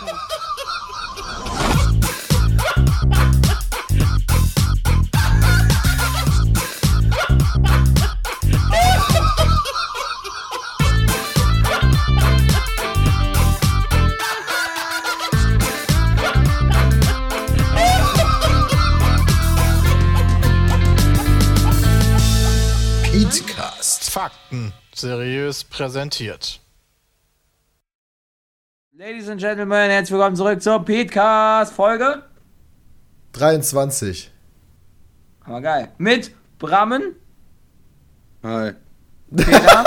Fakten seriös präsentiert. Ladies and Gentlemen, herzlich willkommen zurück zur Petecast Folge 23. Aber geil. Mit Brammen. Hi. Peter.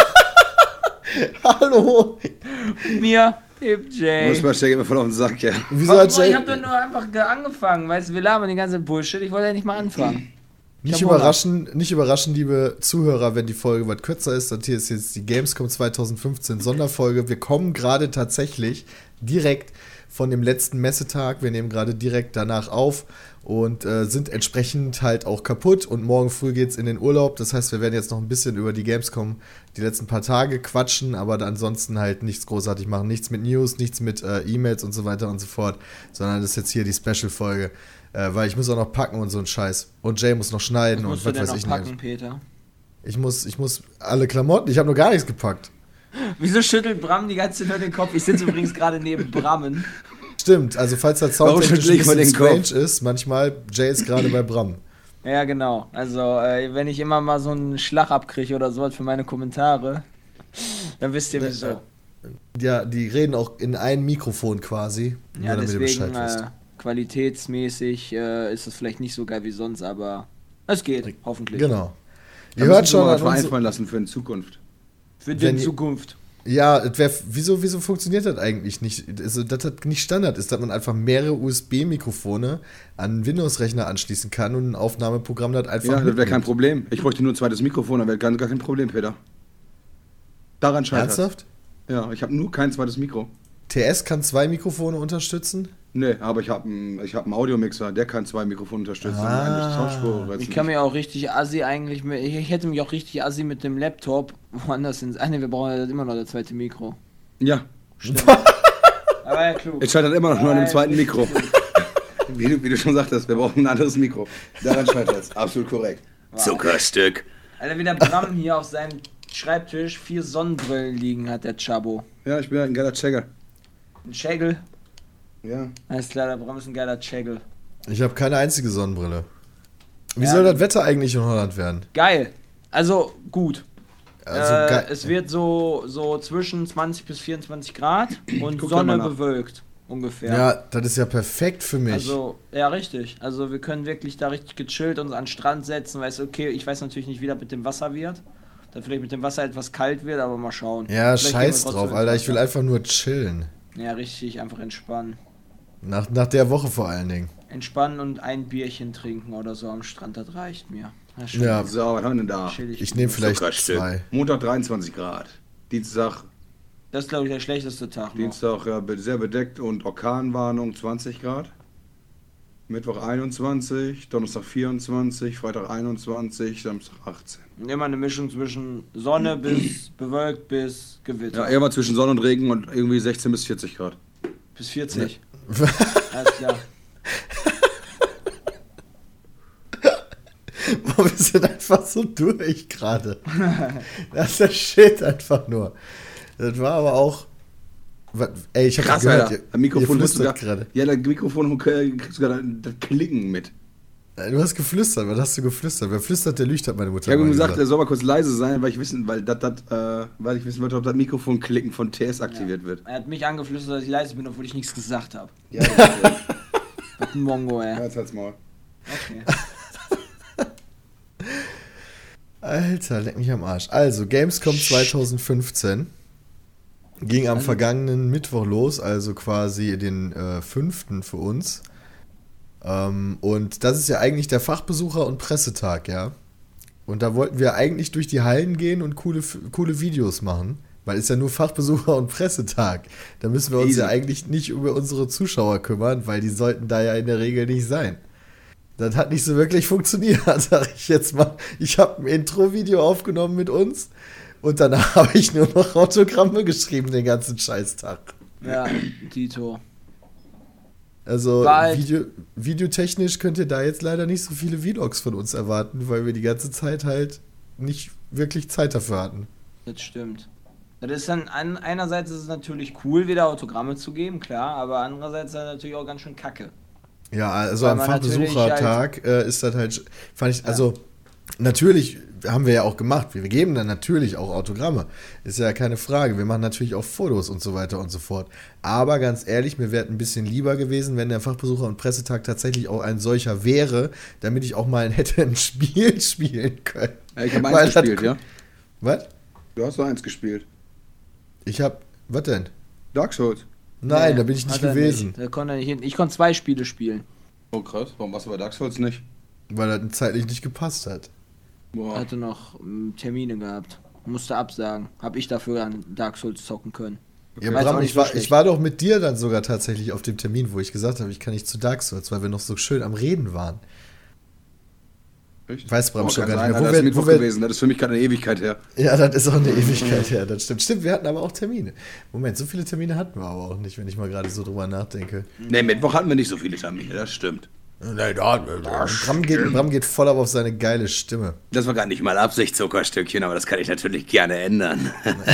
Hallo. Und mir, dem Jay. Muss mal geht mir voll auf den Sack, ja. Wieso hat Jay... Ich hab doch nur einfach angefangen, weißt du, wir labern die ganze Bullshit. Ich wollte ja nicht mal anfangen. Nicht überraschen, liebe Zuhörer, wenn die Folge was kürzer ist. Das hier ist jetzt die Gamescom 2015 Sonderfolge. Wir kommen gerade tatsächlich direkt von dem letzten Messetag. Wir nehmen gerade direkt danach auf und sind entsprechend halt auch kaputt. Und morgen früh geht's in den Urlaub. Das heißt, wir werden jetzt noch ein bisschen über die Gamescom die letzten paar Tage quatschen, aber ansonsten halt nichts großartig machen. Nichts mit News, nichts mit E-Mails und so weiter und so fort, sondern das ist jetzt hier die Special-Folge. Weil ich muss auch noch packen und so ein Scheiß. Und Jay muss noch schneiden und was weiß ich packen, Peter? Ich muss alle Klamotten, ich habe noch gar nichts gepackt. Wieso schüttelt Bram die ganze Zeit nur den Kopf? Ich sitze übrigens gerade neben Brammen. Stimmt, also falls der Sound ein bisschen strange ist, manchmal, Jay ist gerade bei Bram. Ja, genau. Also, wenn ich immer mal so einen Schlag abkriege oder sowas für meine Kommentare, dann wisst ihr wieso. Ja, die reden auch in ein Mikrofon quasi. Ja, nur, deswegen, qualitätsmäßig ist es vielleicht nicht so geil wie sonst, aber es geht, hoffentlich. Genau. Ihr hört schon was einfallen lassen für die Zukunft. Für die Zukunft. Ja, wieso funktioniert das eigentlich nicht? Also, dass das nicht Standard ist, dass man einfach mehrere USB-Mikrofone an einen Windows-Rechner anschließen kann und ein Aufnahmeprogramm das einfach. Ja, das wäre kein Problem. Ich bräuchte nur ein zweites Mikrofon, dann wäre gar kein Problem, Peter. Daran scheitert es. Ernsthaft? Ja, ich habe nur kein zweites Mikro. TS kann 2 Mikrofone unterstützen? Nee, aber ich hab einen Audiomixer, der kann 2 Mikrofone unterstützen. Ich kann mir auch richtig assi eigentlich, ich hätte mich auch richtig assi mit dem Laptop woanders ins. Ach ne, wir brauchen ja immer noch das zweite Mikro. Ja. Stimmt. Aber ja, klug. Es scheitert immer noch nur an dem zweiten Mikro. Wie du schon sagtest, wir brauchen ein anderes Mikro. Daran scheitert es. Absolut korrekt. Wow. Zuckerstück. Alter, wie der Bram hier auf seinem Schreibtisch 4 Sonnenbrillen liegen hat, der Chabo. Ja, ich bin halt ein geiler Checker. Ein Schägel? Ja. Alles klar, der Bram ist ein geiler Schägel. Ich habe keine einzige Sonnenbrille. Wie soll das Wetter eigentlich in Holland werden? Geil. Also gut. Also es wird so zwischen 20 bis 24 Grad und Sonne bewölkt ungefähr. Ja, das ist ja perfekt für mich. Also, ja, richtig. Also wir können wirklich da richtig gechillt uns an den Strand setzen. Weißt du, okay, ich weiß natürlich nicht, wie das mit dem Wasser wird. Dann vielleicht mit dem Wasser etwas kalt wird, aber mal schauen. Ja, vielleicht scheiß drauf, Alter. Ich will einfach nur chillen. Ja, richtig. Einfach entspannen. Nach der Woche vor allen Dingen. Entspannen und ein Bierchen trinken oder so am Strand, das reicht mir. Ja. So, was haben wir denn da? Ich nehme vielleicht 2. Montag 23 Grad. Dienstag. Das ist, glaube ich, der schlechteste Tag. Dienstag ja, sehr bedeckt und Orkanwarnung 20 Grad. Mittwoch 21, Donnerstag 24, Freitag 21, Samstag 18. Und immer eine Mischung zwischen Sonne bis bewölkt bis Gewitter. Ja, immer zwischen Sonne und Regen und irgendwie 16 bis 40 Grad. Bis 40? Ja. Alles klar. Boah, wir sind einfach so durch gerade. Das ist der Shit einfach nur. Das war aber auch... Ey, ich hab krass, gehört, Alter. Das Mikrofon ihr flüstert gerade. Ja, das Mikrofon kriegst sogar das Klicken mit. Du hast geflüstert, was hast du geflüstert? Wer flüstert, der lügt, hat meine Mutter. Ich habe gesagt, er soll mal kurz leise sein, weil ich wissen wollte, ob das Mikrofon-Klicken von TS aktiviert wird. Er hat mich angeflüstert, dass ich leise bin, obwohl ich nichts gesagt habe. Ja, ja. Mit dem Mongo, ey. Ja, jetzt halt's Maul. Okay. Alter, leck mich am Arsch. Also, Gamescom 2015 ging am vergangenen Mittwoch los, also quasi den 5. für uns. Und das ist ja eigentlich der Fachbesucher- und Pressetag, ja. Und da wollten wir eigentlich durch die Hallen gehen und coole Videos machen, weil es ja nur Fachbesucher- und Pressetag. Da müssen wir uns ja eigentlich nicht über unsere Zuschauer kümmern, weil die sollten da ja in der Regel nicht sein. Das hat nicht so wirklich funktioniert, sag ich jetzt mal. Ich habe ein Intro-Video aufgenommen mit uns und danach habe ich nur noch Autogramme geschrieben den ganzen Scheißtag. Ja, Dito. Also Bald. videotechnisch könnt ihr da jetzt leider nicht so viele Vlogs von uns erwarten, weil wir die ganze Zeit halt nicht wirklich Zeit dafür hatten. Das stimmt. Das ist dann, einerseits ist es natürlich cool, wieder Autogramme zu geben, klar, aber andererseits ist das natürlich auch ganz schön kacke. Ja, also Weil am man natürlich Fachbesuchertag ist das halt, fand ich, also natürlich haben wir ja auch gemacht, wir geben dann natürlich auch Autogramme, ist ja keine Frage, wir machen natürlich auch Fotos und so weiter und so fort, aber ganz ehrlich, mir wäre ein bisschen lieber gewesen, wenn der Fachbesucher- und Pressetag tatsächlich auch ein solcher wäre, damit ich auch mal hätte ein Spiel spielen können. Ja, ich habe Weil eins das- gespielt, ja? Was? Du hast doch eins gespielt. Was denn? Dark Souls. Nein, Nee, da bin ich hat nicht er gewesen, Nicht. Da konnte er nicht hin. Ich konnte 2 Spiele spielen. Oh krass, warum warst du bei Dark Souls nicht? weil das zeitlich nicht gepasst hat. Boah. Hatte noch Termine gehabt. Musste absagen. Hab ich dafür an Dark Souls zocken können. Ja, War jetzt Bram, auch nicht ich so war, schlecht. ich war doch mit dir dann sogar tatsächlich auf dem Termin, wo ich gesagt habe, ich kann nicht zu Dark Souls, weil wir noch so schön am Reden waren. Echt? Weiß Bram schon kann gar sein, nicht mehr. das Wo ist wir- Mittwoch wo wir- gewesen, das ist für mich gerade eine Ewigkeit her. Ja, das ist auch eine Ewigkeit her, das stimmt. Stimmt, wir hatten aber auch Termine. Moment, so viele Termine hatten wir aber auch nicht, wenn ich mal gerade so drüber nachdenke. Ne, Mittwoch hatten wir nicht so viele Termine, das stimmt. Nein, Bram geht voll auf seine geile Stimme. Das war gar nicht mal Absicht, Zuckerstückchen, aber das kann ich natürlich gerne ändern.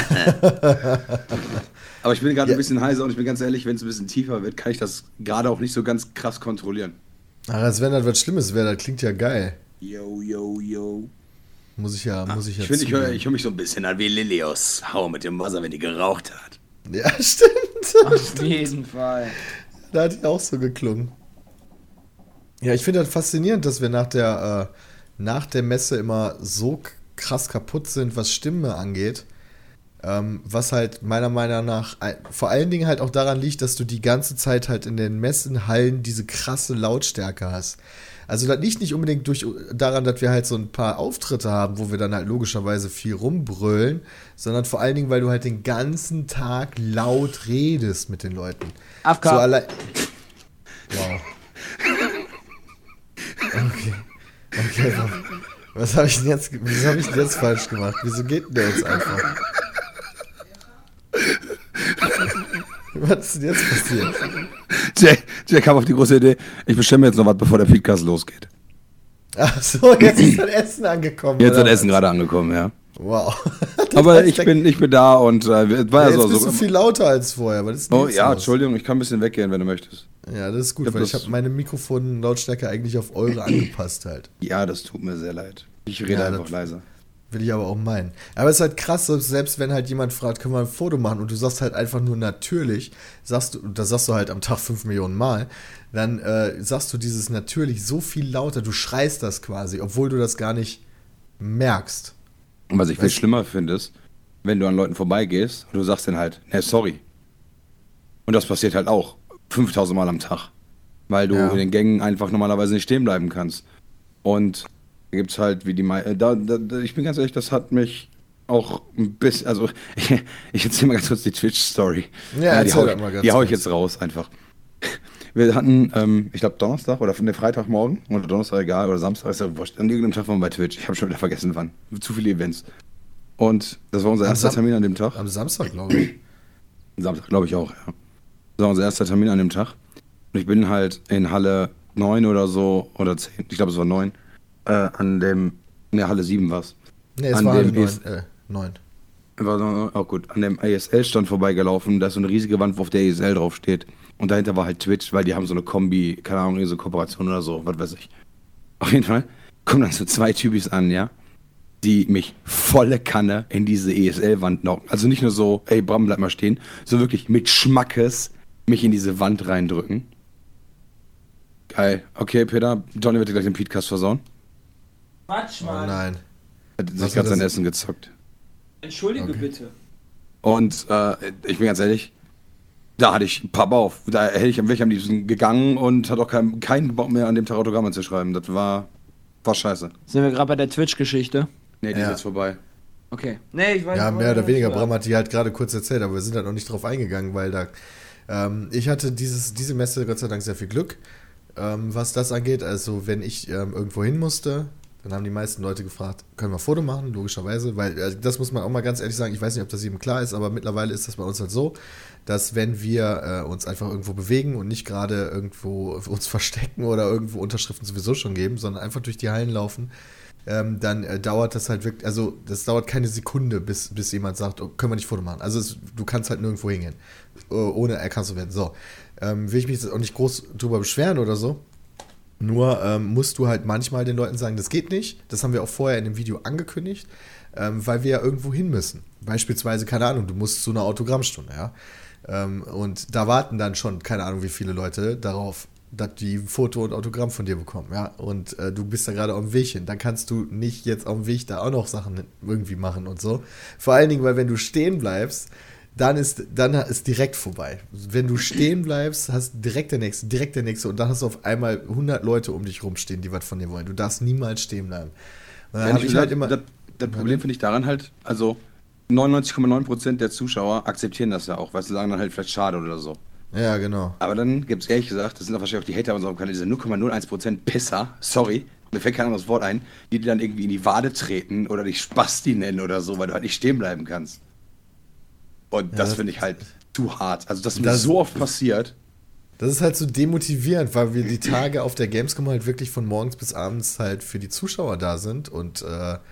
Aber ich bin gerade ein bisschen heiser und ich bin ganz ehrlich, wenn es ein bisschen tiefer wird, kann ich das gerade auch nicht so ganz krass kontrollieren. Ach, als wenn das was Schlimmes wäre, das klingt ja geil. Yo, yo, yo. Muss ich ja Ich finde, ich zugeben. höre mich so ein bisschen an wie Lilly aus Hau mit dem Wasser, wenn die geraucht hat. Ja, stimmt. Auf jeden Fall. Da hat die auch so geklungen. Ja, ich finde das faszinierend, dass wir nach der Messe immer so krass kaputt sind, was Stimme angeht. Was halt meiner Meinung nach vor allen Dingen halt auch daran liegt, dass du die ganze Zeit halt in den Messenhallen diese krasse Lautstärke hast. Also das liegt nicht unbedingt daran, dass wir halt so ein paar Auftritte haben, wo wir dann halt logischerweise viel rumbrüllen, sondern vor allen Dingen, weil du halt den ganzen Tag laut redest mit den Leuten. AFK. So allein. Wow. Okay, was habe ich denn jetzt, wieso habe ich denn jetzt falsch gemacht? Wieso geht denn der jetzt einfach? Was ist denn jetzt passiert? Jack kam auf die große Idee, ich bestelle mir jetzt noch was, bevor der Podcast losgeht. Ach so, jetzt ist das Essen angekommen. Jetzt ist oder das Essen was? gerade angekommen, ja. Wow. Aber heißt, ich bin da und war Ja, ja jetzt so. bist du viel lauter als vorher. Was ist denn Oh jetzt ja, los? Entschuldigung, ich kann ein bisschen weggehen, wenn du möchtest. Ja, das ist gut, Ich hab weil ich das- habe meine Mikrofonlautstärke eigentlich auf eure angepasst halt. Ja, das tut mir sehr leid. Ich rede Ja, einfach das- leiser. Will ich aber auch meinen. Aber es ist halt krass, selbst wenn halt jemand fragt, können wir ein Foto machen und du sagst halt einfach nur natürlich, das sagst du halt am Tag 5 Millionen Mal, dann sagst du dieses natürlich so viel lauter, du schreist das quasi, obwohl du das gar nicht merkst. Und was ich viel Weißt- schlimmer finde, ist, wenn du an Leuten vorbeigehst und du sagst dann halt, ne, sorry. Und das passiert halt auch 5000 Mal am Tag. Weil du Ja. in den Gängen einfach normalerweise nicht stehen bleiben kannst. Und da gibt's halt, wie die ich bin ganz ehrlich, das hat mich auch ein bisschen, also ich erzähle mal ganz kurz die Twitch-Story. Ja, die erzähl hau doch mal ganz die hau ich kurz. jetzt raus einfach. Wir hatten, ich glaube Donnerstag oder von der Freitagmorgen oder Donnerstag, egal, oder Samstag, ist ja wurscht. An irgendeinem Tag waren wir bei Twitch. Ich habe schon wieder vergessen, wann. Zu viele Events. Und das war unser erster Termin an dem Tag. Am Samstag, glaube ich. Samstag, glaube ich auch, ja. Das war unser erster Termin an dem Tag. Und ich bin halt in Halle 9 oder so, oder 10, ich glaube es war 9, Halle 7 war's. Nee, es An war dem halt 9. War auch gut, an dem ASL-Stand vorbeigelaufen, da ist so eine riesige Wand, wo auf der ASL draufsteht. Und dahinter war halt Twitch, weil die haben so eine Kombi, keine Ahnung, irgendeine Kooperation oder so, was weiß ich. Auf jeden Fall kommen dann so 2 Typis an, ja, die mich volle Kanne in diese ESL-Wand knocken. Also nicht nur so, ey Bram, bleib mal stehen, so wirklich mit Schmackes mich in diese Wand reindrücken. Geil. Okay, Peter, Johnny wird dir gleich den Podcast versauen. Quatsch, Oh Mann. nein. Hat sich Was gerade hat sein das- Essen gezockt. Entschuldige Okay. bitte. Und ich bin ganz ehrlich, da hatte ich ein paar Bauch. Da wäre ich am liebsten gegangen und hatte auch keinen Bock mehr an dem Tag Autogramme zu schreiben. Das war scheiße. Sind wir gerade bei der Twitch-Geschichte? Nee, die Ja. ist jetzt vorbei. Okay. Nee, ich weiß Ja, ich mehr wollte oder weniger. nicht Bram hat die halt gerade kurz erzählt, aber wir sind halt noch nicht drauf eingegangen, weil da ich hatte diese Messe Gott sei Dank sehr viel Glück, was das angeht. Also wenn ich irgendwo hin musste, Dann haben die meisten Leute gefragt, können wir ein Foto machen? Logischerweise, weil das muss man auch mal ganz ehrlich sagen, ich weiß nicht, ob das jedem klar ist, aber mittlerweile ist das bei uns halt so, dass wenn wir uns einfach irgendwo bewegen und nicht gerade irgendwo uns verstecken oder irgendwo Unterschriften sowieso schon geben, sondern einfach durch die Hallen laufen, dann dauert das halt wirklich, also das dauert keine Sekunde, bis jemand sagt, oh, können wir nicht Foto machen. Also du kannst halt nirgendwo hingehen, ohne erkannt zu werden. So, will ich mich jetzt auch nicht groß drüber beschweren oder so. Nur musst du halt manchmal den Leuten sagen, das geht nicht. Das haben wir auch vorher in dem Video angekündigt, weil wir ja irgendwo hin müssen. Beispielsweise, keine Ahnung, du musst zu einer Autogrammstunde, ja. Und da warten dann schon, keine Ahnung, wie viele Leute darauf, dass die ein Foto und Autogramm von dir bekommen, ja. Und du bist da gerade auf dem Weg hin. Dann kannst du nicht jetzt auf dem Weg da auch noch Sachen irgendwie machen und so. Vor allen Dingen, weil wenn du stehen bleibst, dann ist direkt vorbei. Wenn du stehen bleibst, hast direkt der nächste und dann hast du auf einmal 100 Leute um dich rumstehen, die was von dir wollen. Du darfst niemals stehen bleiben. Das Problem finde ich daran halt, also 99,9% der Zuschauer akzeptieren das ja auch, weil sie sagen dann halt vielleicht schade oder so. Ja, genau. Aber dann gibt es ehrlich gesagt, das sind auch wahrscheinlich auch die Hater auf unserem Kanal, diese 0,01% Pisser, sorry, mir fällt kein anderes Wort ein, die dann irgendwie in die Wade treten oder dich Spasti nennen oder so, weil du halt nicht stehen bleiben kannst. Und das finde ich halt zu hart. Also das ist mir so oft passiert. Das ist halt so demotivierend, weil wir die Tage auf der Gamescom halt wirklich von morgens bis abends halt für die Zuschauer da sind und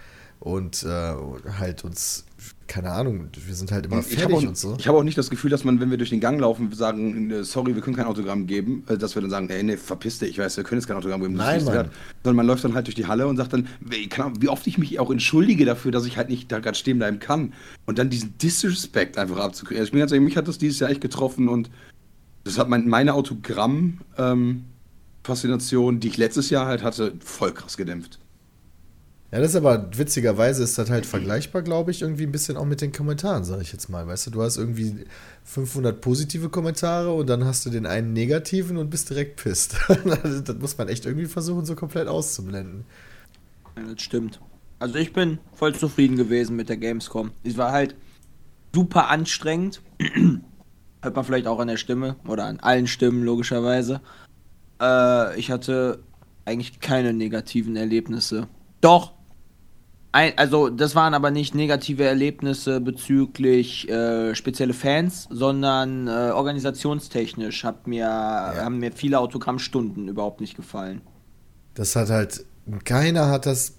halt uns, keine Ahnung, wir sind halt immer fertig und so. Ich habe auch nicht das Gefühl, dass man, wenn wir durch den Gang laufen, sagen, sorry, wir können kein Autogramm geben, dass wir dann sagen, ey, nee, verpiss dich, ich weiß, wir können jetzt kein Autogramm geben. Nein, Mann. Sondern man läuft dann halt durch die Halle und sagt dann, wie oft ich mich auch entschuldige dafür, dass ich halt nicht da gerade stehen bleiben kann. Und dann diesen Disrespect einfach abzukriegen. Also ich bin ganz ehrlich, mich hat das dieses Jahr echt getroffen und das hat meine Autogramm-Faszination, die ich letztes Jahr halt hatte, voll krass gedämpft. Ja, das ist aber, witzigerweise ist das halt vergleichbar, glaube ich, irgendwie ein bisschen auch mit den Kommentaren, sage ich jetzt mal. Weißt du, du hast irgendwie 500 positive Kommentare und dann hast du den einen negativen und bist direkt pisst. Das muss man echt irgendwie versuchen, so komplett auszublenden. Ja, das stimmt. Also ich bin voll zufrieden gewesen mit der Gamescom. Es war halt super anstrengend. Hört man vielleicht auch an der Stimme oder an allen Stimmen logischerweise. Ich hatte eigentlich keine negativen Erlebnisse. Doch. Also das waren aber nicht negative Erlebnisse bezüglich spezielle Fans, sondern organisationstechnisch haben mir viele Autogrammstunden überhaupt nicht gefallen. Das hat halt, keiner,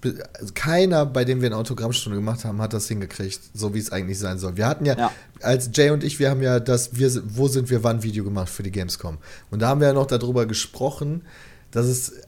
bei dem wir eine Autogrammstunde gemacht haben, hat das hingekriegt, so wie es eigentlich sein soll. Wir hatten ja, als Jay und ich, wir haben ja Wo sind wir wann Video gemacht für die Gamescom. Und da haben wir ja noch darüber gesprochen, dass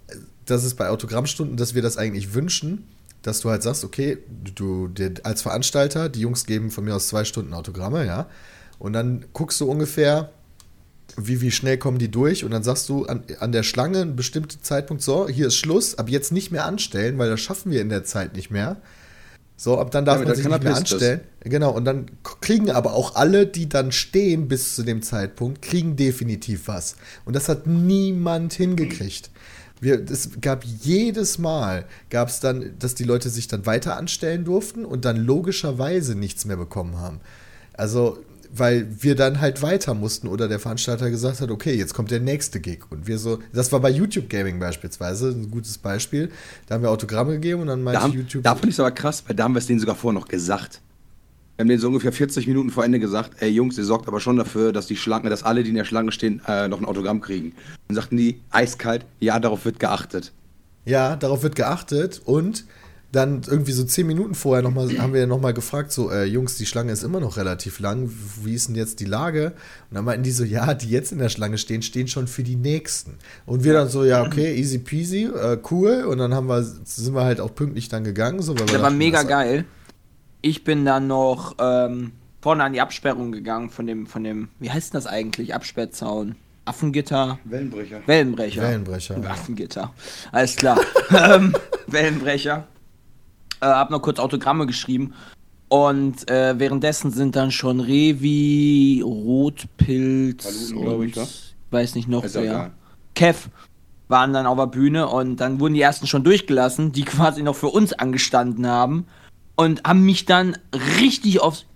es bei Autogrammstunden, dass wir das eigentlich wünschen, dass du halt sagst, okay, du als Veranstalter, die Jungs geben von mir aus 2 Stunden Autogramme, ja, und dann guckst du ungefähr, wie schnell kommen die durch und dann sagst du an der Schlange einen bestimmten Zeitpunkt, so, hier ist Schluss, ab jetzt nicht mehr anstellen, weil das schaffen wir in der Zeit nicht mehr. So, ab dann darf man sich nicht mehr anstellen. Genau, und dann kriegen aber auch alle, die dann stehen bis zu dem Zeitpunkt, kriegen definitiv was. Und das hat niemand hingekriegt. Es gab jedes Mal, dann, dass die Leute sich dann weiter anstellen durften und dann logischerweise nichts mehr bekommen haben. Also, weil wir dann halt weiter mussten oder der Veranstalter gesagt hat, okay, jetzt kommt der nächste Gig. Und wir so, das war bei YouTube Gaming beispielsweise ein gutes Beispiel. Da haben wir Autogramme gegeben und dann meinte YouTube... Da fand ich es aber krass, weil da haben wir es denen sogar vorher noch gesagt. Wir haben denen so ungefähr 40 Minuten vor Ende gesagt, ey Jungs, ihr sorgt aber schon dafür, dass alle, die in der Schlange stehen, noch ein Autogramm kriegen. Dann sagten die, eiskalt, ja, darauf wird geachtet. Ja, darauf wird geachtet und dann irgendwie so 10 Minuten vorher haben wir nochmal gefragt, so, Jungs, die Schlange ist immer noch relativ lang, wie ist denn jetzt die Lage? Und dann meinten die so, ja, die jetzt in der Schlange stehen schon für die Nächsten. Und wir dann so, ja, okay, easy peasy, cool. Und dann sind wir halt auch pünktlich dann gegangen. So, weil das war mega geil. Ich bin dann noch vorne an die Absperrung gegangen von dem, wie heißt das eigentlich, Absperrzaun? Affengitter? Wellenbrecher. Affengitter, alles klar. Wellenbrecher. Hab noch kurz Autogramme geschrieben und währenddessen sind dann schon Revi, Rotpilz und ich weiß nicht noch wer. Kev waren dann auf der Bühne und dann wurden die ersten schon durchgelassen, die quasi noch für uns angestanden haben und haben mich dann richtig aufs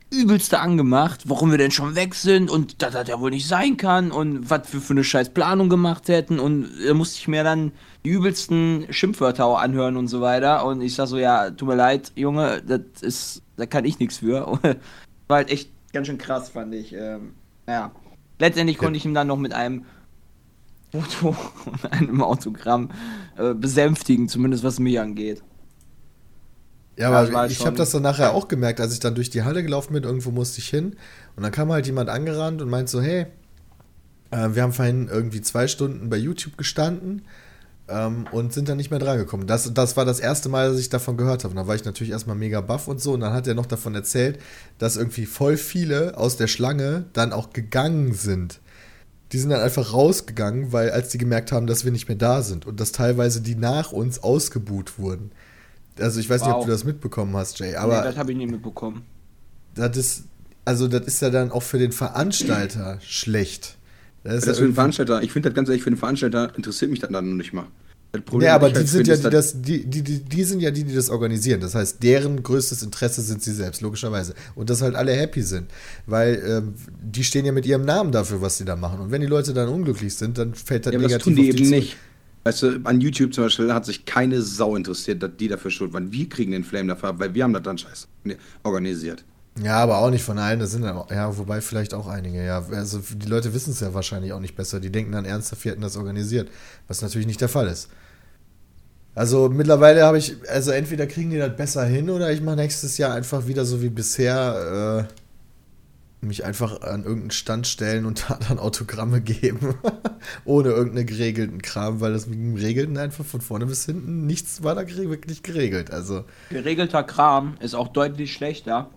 übelste angemacht, warum wir denn schon weg sind und dass das ja wohl nicht sein kann und was wir für eine scheiß Planung gemacht hätten und da musste ich mir dann die übelsten Schimpfwörter auch anhören und so weiter und ich sag so, ja, tut mir leid, Junge, da kann ich nichts für. War halt echt ganz schön krass, fand ich. Ja. Letztendlich konnte ich ihm dann noch mit einem Foto und einem Autogramm besänftigen, zumindest was mich angeht. Ja, aber ich habe das dann nachher auch gemerkt, als ich dann durch die Halle gelaufen bin, irgendwo musste ich hin und dann kam halt jemand angerannt und meint so, hey, wir haben vorhin irgendwie 2 Stunden bei YouTube gestanden und sind dann nicht mehr drangekommen. Das war das erste Mal, dass ich davon gehört habe. Und da war ich natürlich erstmal mega baff und so und dann hat er noch davon erzählt, dass irgendwie voll viele aus der Schlange dann auch gegangen sind. Die sind dann einfach rausgegangen, weil als die gemerkt haben, dass wir nicht mehr da sind und dass teilweise die nach uns ausgebuht wurden. Also ich weiß nicht, ob du das mitbekommen hast, Jay, aber... Nee, das habe ich nicht mitbekommen. Das ist ja dann auch für den Veranstalter schlecht. Das ist für den Veranstalter, ich finde das ganz ehrlich, für den Veranstalter interessiert mich das dann noch nicht mal. Ja, aber die sind ja die das organisieren. Das heißt, deren größtes Interesse sind sie selbst, logischerweise. Und dass halt alle happy sind. Weil die stehen ja mit ihrem Namen dafür, was sie da machen. Und wenn die Leute dann unglücklich sind, dann fällt das negativ auf die zu. Das tun die eben nicht. Weißt du, an YouTube zum Beispiel hat sich keine Sau interessiert, dass die dafür schuld waren. Wir kriegen den Flame dafür ab, weil wir haben das dann scheiße organisiert. Ja, aber auch nicht von allen, das sind ja, wobei vielleicht auch einige, ja. Also die Leute wissen es ja wahrscheinlich auch nicht besser. Die denken dann ernsthaft, wir hätten das organisiert, was natürlich nicht der Fall ist. Also mittlerweile habe ich, also entweder kriegen die das besser hin oder ich mache nächstes Jahr einfach wieder so wie bisher, mich einfach an irgendeinen Stand stellen und da dann Autogramme geben. Ohne irgendeinen geregelten Kram, weil das mit dem Regelten einfach von vorne bis hinten nichts war da wirklich geregelt. Also geregelter Kram ist auch deutlich schlechter.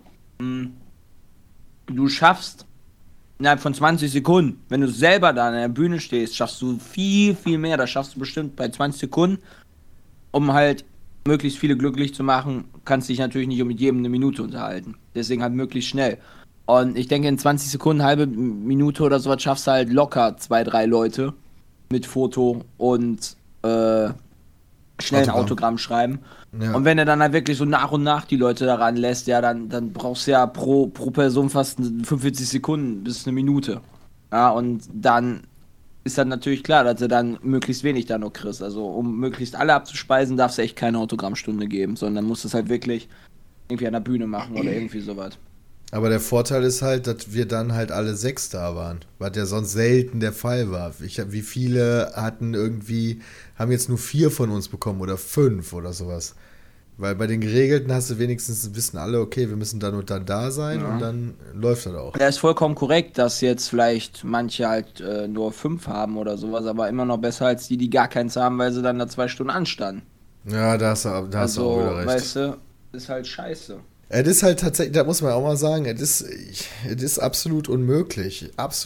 Du schaffst innerhalb von 20 Sekunden, wenn du selber da an der Bühne stehst, schaffst du viel, viel mehr. Das schaffst du bestimmt bei 20 Sekunden, um halt möglichst viele glücklich zu machen, kannst dich natürlich nicht mit jedem eine Minute unterhalten. Deswegen halt möglichst schnell. Und ich denke, in 20 Sekunden, halbe Minute oder sowas, schaffst du halt locker 2, 3 Leute mit Foto und schnell ein Autogramm schreiben. Ja. Und wenn er dann halt wirklich so nach und nach die Leute daran lässt, ja, dann brauchst du ja pro Person fast 45 Sekunden bis eine Minute. Ja, und dann ist dann natürlich klar, dass du dann möglichst wenig da noch kriegst. Also um möglichst alle abzuspeisen, darfst du echt keine Autogrammstunde geben, sondern musst es halt wirklich irgendwie an der Bühne machen oder irgendwie sowas. Aber der Vorteil ist halt, dass wir dann halt alle 6 da waren, was ja sonst selten der Fall war. Wie viele haben jetzt nur 4 von uns bekommen oder 5 oder sowas. Weil bei den Geregelten hast du wenigstens, wissen alle, okay, wir müssen dann und dann da sein und dann läuft das auch. Ja, ist vollkommen korrekt, dass jetzt vielleicht manche halt nur 5 haben oder sowas, aber immer noch besser als die gar keins haben, weil sie dann da 2 Stunden anstanden. Ja, da hast du auch wieder recht. Weißt du, ist halt scheiße. Es ist halt tatsächlich, da muss man auch mal sagen, es ist absolut unmöglich,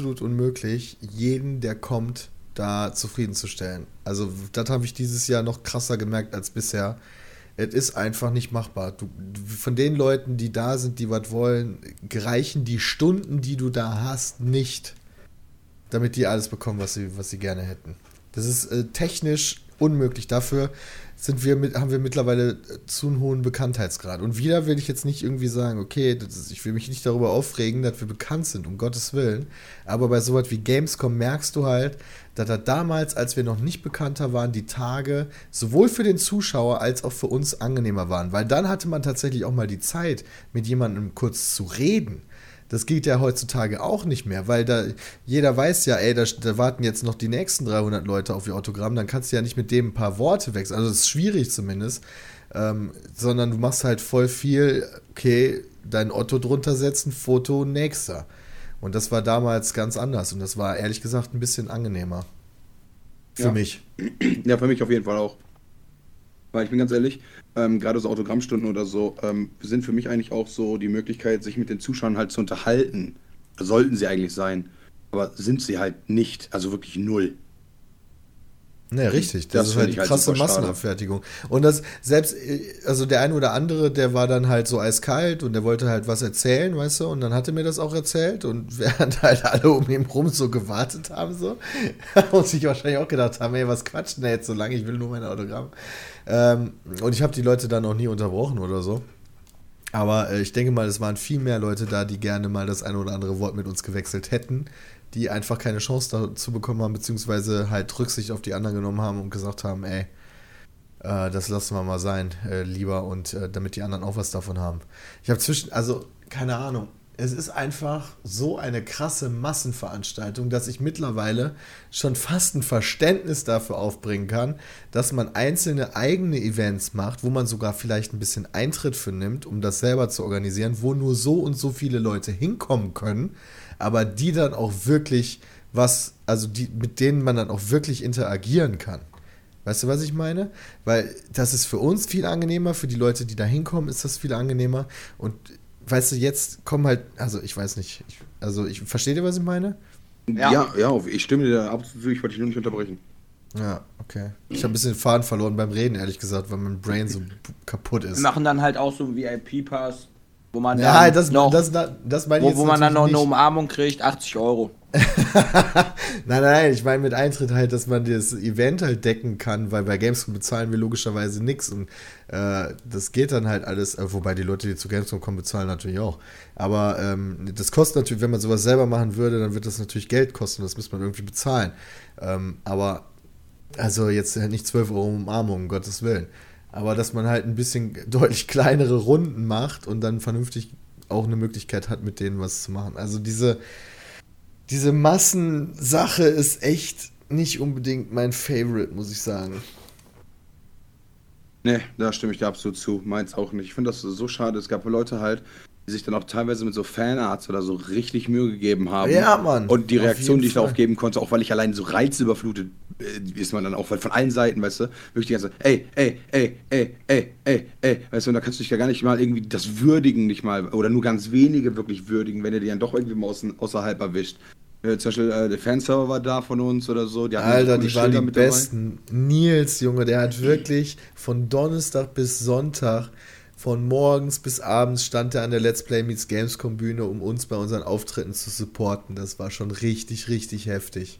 jeden, der kommt, da zufriedenzustellen. Also das habe ich dieses Jahr noch krasser gemerkt als bisher. Es ist einfach nicht machbar. Von den Leuten, die da sind, die was wollen, reichen die Stunden, die du da hast, nicht, damit die alles bekommen, was sie gerne hätten. Das ist technisch unmöglich. Dafür haben wir mittlerweile zu einen hohen Bekanntheitsgrad. Und wieder will ich jetzt nicht irgendwie sagen, okay, ich will mich nicht darüber aufregen, dass wir bekannt sind, um Gottes Willen. Aber bei sowas wie Gamescom merkst du halt, dass da damals, als wir noch nicht bekannter waren, die Tage sowohl für den Zuschauer als auch für uns angenehmer waren. Weil dann hatte man tatsächlich auch mal die Zeit, mit jemandem kurz zu reden. Das geht ja heutzutage auch nicht mehr, weil da jeder weiß ja, ey, da warten jetzt noch die nächsten 300 Leute auf ihr Autogramm, dann kannst du ja nicht mit dem ein paar Worte wechseln, also das ist schwierig zumindest, sondern du machst halt voll viel, okay, dein Otto drunter setzen, Foto, nächster. Und das war damals ganz anders und das war ehrlich gesagt ein bisschen angenehmer. Für mich. Ja, für mich auf jeden Fall auch. Weil ich bin ganz ehrlich, gerade so Autogrammstunden oder so, sind für mich eigentlich auch so die Möglichkeit, sich mit den Zuschauern halt zu unterhalten. Sollten sie eigentlich sein. Aber sind sie halt nicht. Also wirklich null. Ne, richtig. Das ist halt die krasse Massenabfertigung. Und das selbst, also der eine oder andere, der war dann halt so eiskalt und der wollte halt was erzählen, weißt du, und dann hat er mir das auch erzählt und während halt alle um ihn rum so gewartet haben, so, und sich wahrscheinlich auch gedacht haben, ey, was quatschen der jetzt so lange, ich will nur mein Autogramm. Und ich habe die Leute dann auch nie unterbrochen oder so. Aber ich denke mal, es waren viel mehr Leute da, die gerne mal das eine oder andere Wort mit uns gewechselt hätten, die einfach keine Chance dazu bekommen haben, beziehungsweise halt Rücksicht auf die anderen genommen haben und gesagt haben, ey, das lassen wir mal sein, lieber, und damit die anderen auch was davon haben. Ich habe also, keine Ahnung, es ist einfach so eine krasse Massenveranstaltung, dass ich mittlerweile schon fast ein Verständnis dafür aufbringen kann, dass man einzelne eigene Events macht, wo man sogar vielleicht ein bisschen Eintritt für nimmt, um das selber zu organisieren, wo nur so und so viele Leute hinkommen können, aber die dann auch wirklich mit denen man dann auch wirklich interagieren kann. Weißt du, was ich meine? Weil das ist für uns viel angenehmer, für die Leute, die da hinkommen, ist das viel angenehmer. Und weißt du, jetzt kommen halt, also ich weiß nicht, versteht ihr, was ich meine? Ja, ich stimme dir da absolut zu, ich wollte dich nur nicht unterbrechen. Ja, okay. Ich habe ein bisschen den Faden verloren beim Reden, ehrlich gesagt, weil mein Brain so kaputt ist. Wir machen dann halt auch so einen VIP-Pass, wo man dann das meine ich wo man dann noch eine nicht. Umarmung kriegt, 80 €. Nein, ich meine mit Eintritt halt, dass man das Event halt decken kann, weil bei Gamescom bezahlen wir logischerweise nichts und das geht dann halt alles, wobei die Leute, die zu Gamescom kommen, bezahlen natürlich auch. Aber das kostet natürlich, wenn man sowas selber machen würde, dann wird das natürlich Geld kosten, das müsste man irgendwie bezahlen. Aber also jetzt halt nicht 12 € Umarmung, um Gottes Willen. Aber dass man halt ein bisschen deutlich kleinere Runden macht und dann vernünftig auch eine Möglichkeit hat, mit denen was zu machen. Also diese Massensache ist echt nicht unbedingt mein Favorite, muss ich sagen. Nee, da stimme ich dir absolut zu. Meins auch nicht. Ich finde das so schade. Es gab Leute halt, die sich dann auch teilweise mit so Fanarts oder so richtig Mühe gegeben haben. Ja, Mann. Und die Reaktion, die ich Fall. darauf geben konnte, auch weil ich allein so reizüberflutet ist man dann auch, weil von allen Seiten, weißt du, wirklich die ganze, weißt du, und da kannst du dich ja gar nicht mal irgendwie das würdigen, nicht mal, oder nur ganz wenige wirklich würdigen, wenn ihr die dann doch irgendwie mal außerhalb erwischt. Zum Beispiel der Fanserver war da von uns oder so. Die Alter, so die waren die besten. Nils, Junge, der hat wirklich von Donnerstag bis Sonntag, von morgens bis abends stand er an der Let's Play Meets Gamescom Bühne, um uns bei unseren Auftritten zu supporten. Das war schon richtig, richtig heftig.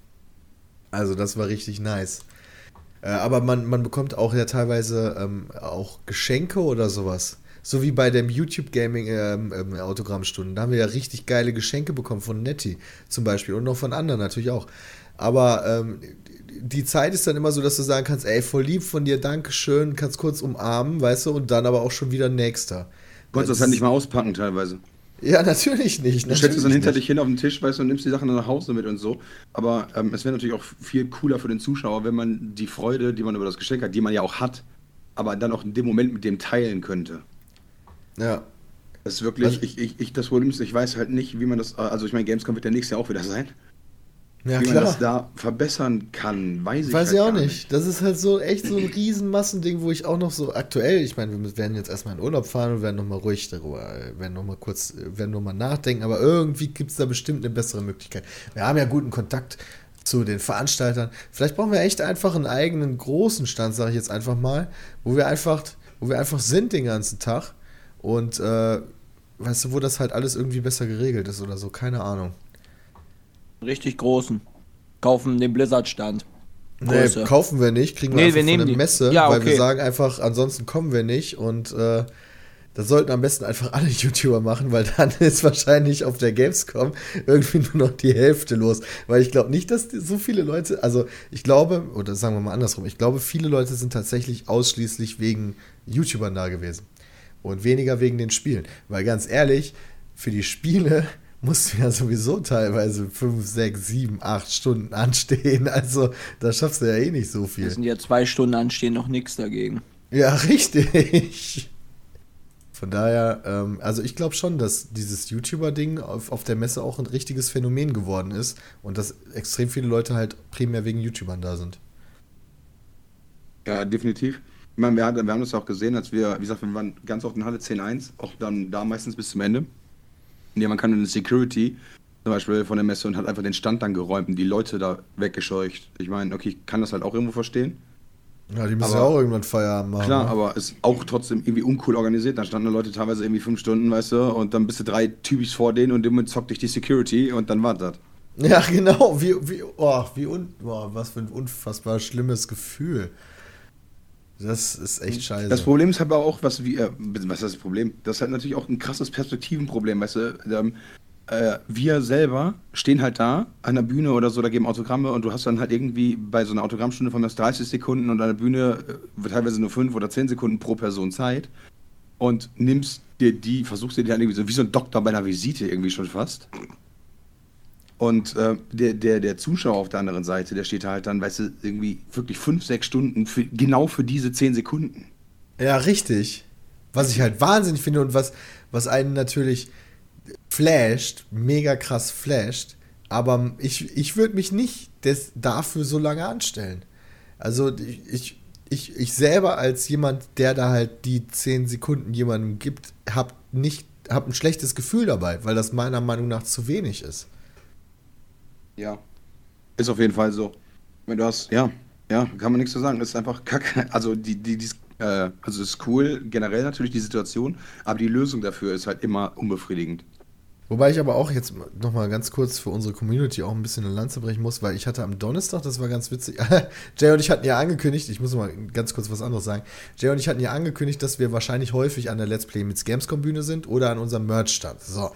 Also das war richtig nice. Aber man bekommt auch ja teilweise auch Geschenke oder sowas. So wie bei dem YouTube-Gaming Autogrammstunden. Da haben wir ja richtig geile Geschenke bekommen von Netty zum Beispiel und noch von anderen natürlich auch. Aber die Zeit ist dann immer so, dass du sagen kannst, ey, voll lieb von dir, Dankeschön, kannst kurz umarmen, weißt du, und dann aber auch schon wieder nächster. Konntest das halt nicht mal auspacken teilweise. Ja, natürlich nicht. Du stellst es dann hinter dich hin auf den Tisch, weißt du, und nimmst die Sachen dann nach Hause mit und so. Aber es wäre natürlich auch viel cooler für den Zuschauer, wenn man die Freude, die man über das Geschenk hat, die man ja auch hat, aber dann auch in dem Moment mit dem teilen könnte. Ja. Das ist wirklich, das Problem ist, ich weiß halt nicht, wie man das, also ich meine, Gamescom wird ja nächstes Jahr auch wieder sein. Ja, wie klar. man das da verbessern kann, weiß ich halt auch nicht. Das ist halt so echt so ein Riesenmassending, wo ich auch noch so aktuell, ich meine, wir werden jetzt erstmal in Urlaub fahren und werden nochmal ruhig darüber, werden nochmal nachdenken, aber irgendwie gibt es da bestimmt eine bessere Möglichkeit. Wir haben ja guten Kontakt zu den Veranstaltern. Vielleicht brauchen wir echt einfach einen eigenen großen Stand, sage ich jetzt einfach mal, wo wir einfach sind den ganzen Tag und weißt du, wo das halt alles irgendwie besser geregelt ist oder so, keine Ahnung. Richtig großen. Kaufen den Blizzard-Stand. Nee, kaufen wir nicht, kriegen wir einfach nehmen von der Messe, ja, weil okay. wir sagen einfach, ansonsten kommen wir nicht und das sollten am besten einfach alle YouTuber machen, weil dann ist wahrscheinlich auf der Gamescom irgendwie nur noch die Hälfte los, weil ich glaube nicht, dass so viele Leute, also ich glaube, oder sagen wir mal andersrum, ich glaube, viele Leute sind tatsächlich ausschließlich wegen YouTubern da gewesen und weniger wegen den Spielen, weil ganz ehrlich, für die Spiele musst du ja sowieso teilweise 5, 6, 7, 8 Stunden anstehen. Also, da schaffst du ja eh nicht so viel. Das sind ja 2 Stunden anstehen, noch nichts dagegen. Ja, richtig. Von daher, also ich glaube schon, dass dieses YouTuber-Ding auf der Messe auch ein richtiges Phänomen geworden ist und dass extrem viele Leute halt primär wegen YouTubern da sind. Ja, definitiv. Ich meine, wir haben das ja auch gesehen, als wir, wie gesagt, wir waren ganz oft in Halle 10.1, auch dann da meistens bis zum Ende. Ja, man kann eine Security zum Beispiel von der Messe und hat einfach den Stand dann geräumt und die Leute da weggescheucht. Ich meine, okay, ich kann das halt auch irgendwo verstehen. Ja, die müssen ja auch irgendwann Feierabend machen. Klar, ne? aber ist auch trotzdem irgendwie uncool organisiert. Da standen Leute teilweise irgendwie 5 Stunden, weißt du, und dann bist du 3 Typis vor denen und dem zockt dich die Security und dann war das. Ja, genau. Was für ein unfassbar schlimmes Gefühl. Das ist echt scheiße. Das Problem ist aber auch, was ist das Problem? Das ist halt natürlich auch ein krasses Perspektivenproblem, weißt du, wir selber stehen halt da an der Bühne oder so, da geben Autogramme und du hast dann halt irgendwie bei so einer Autogrammstunde von mir aus 30 Sekunden und an der Bühne teilweise nur 5 oder 10 Sekunden pro Person Zeit und versuchst dir die halt irgendwie so wie so ein Doktor bei einer Visite irgendwie schon fast. Und der Zuschauer auf der anderen Seite, der steht halt dann, weißt du, irgendwie wirklich 5, 6 Stunden genau für diese 10 Sekunden. Ja, richtig. Was ich halt wahnsinnig finde und was einen natürlich flasht, mega krass flasht, aber ich würde mich nicht dafür so lange anstellen. Also ich selber als jemand, der da halt die 10 Sekunden jemandem gibt, hab ein schlechtes Gefühl dabei, weil das meiner Meinung nach zu wenig ist. Ja, ist auf jeden Fall so. Wenn du hast, ja, kann man nichts zu sagen. Das ist einfach kacke. Also also es ist cool, generell natürlich die Situation, aber die Lösung dafür ist halt immer unbefriedigend. Wobei ich aber auch jetzt nochmal ganz kurz für unsere Community auch ein bisschen eine Lanze brechen muss, weil ich hatte am Donnerstag, das war ganz witzig, Jay und ich hatten ja angekündigt, ich muss mal ganz kurz was anderes sagen, Jay und ich hatten ja angekündigt, dass wir wahrscheinlich häufig an der Let's Play mit Gamescom Bühne sind oder an unserem Merch-Stand. So.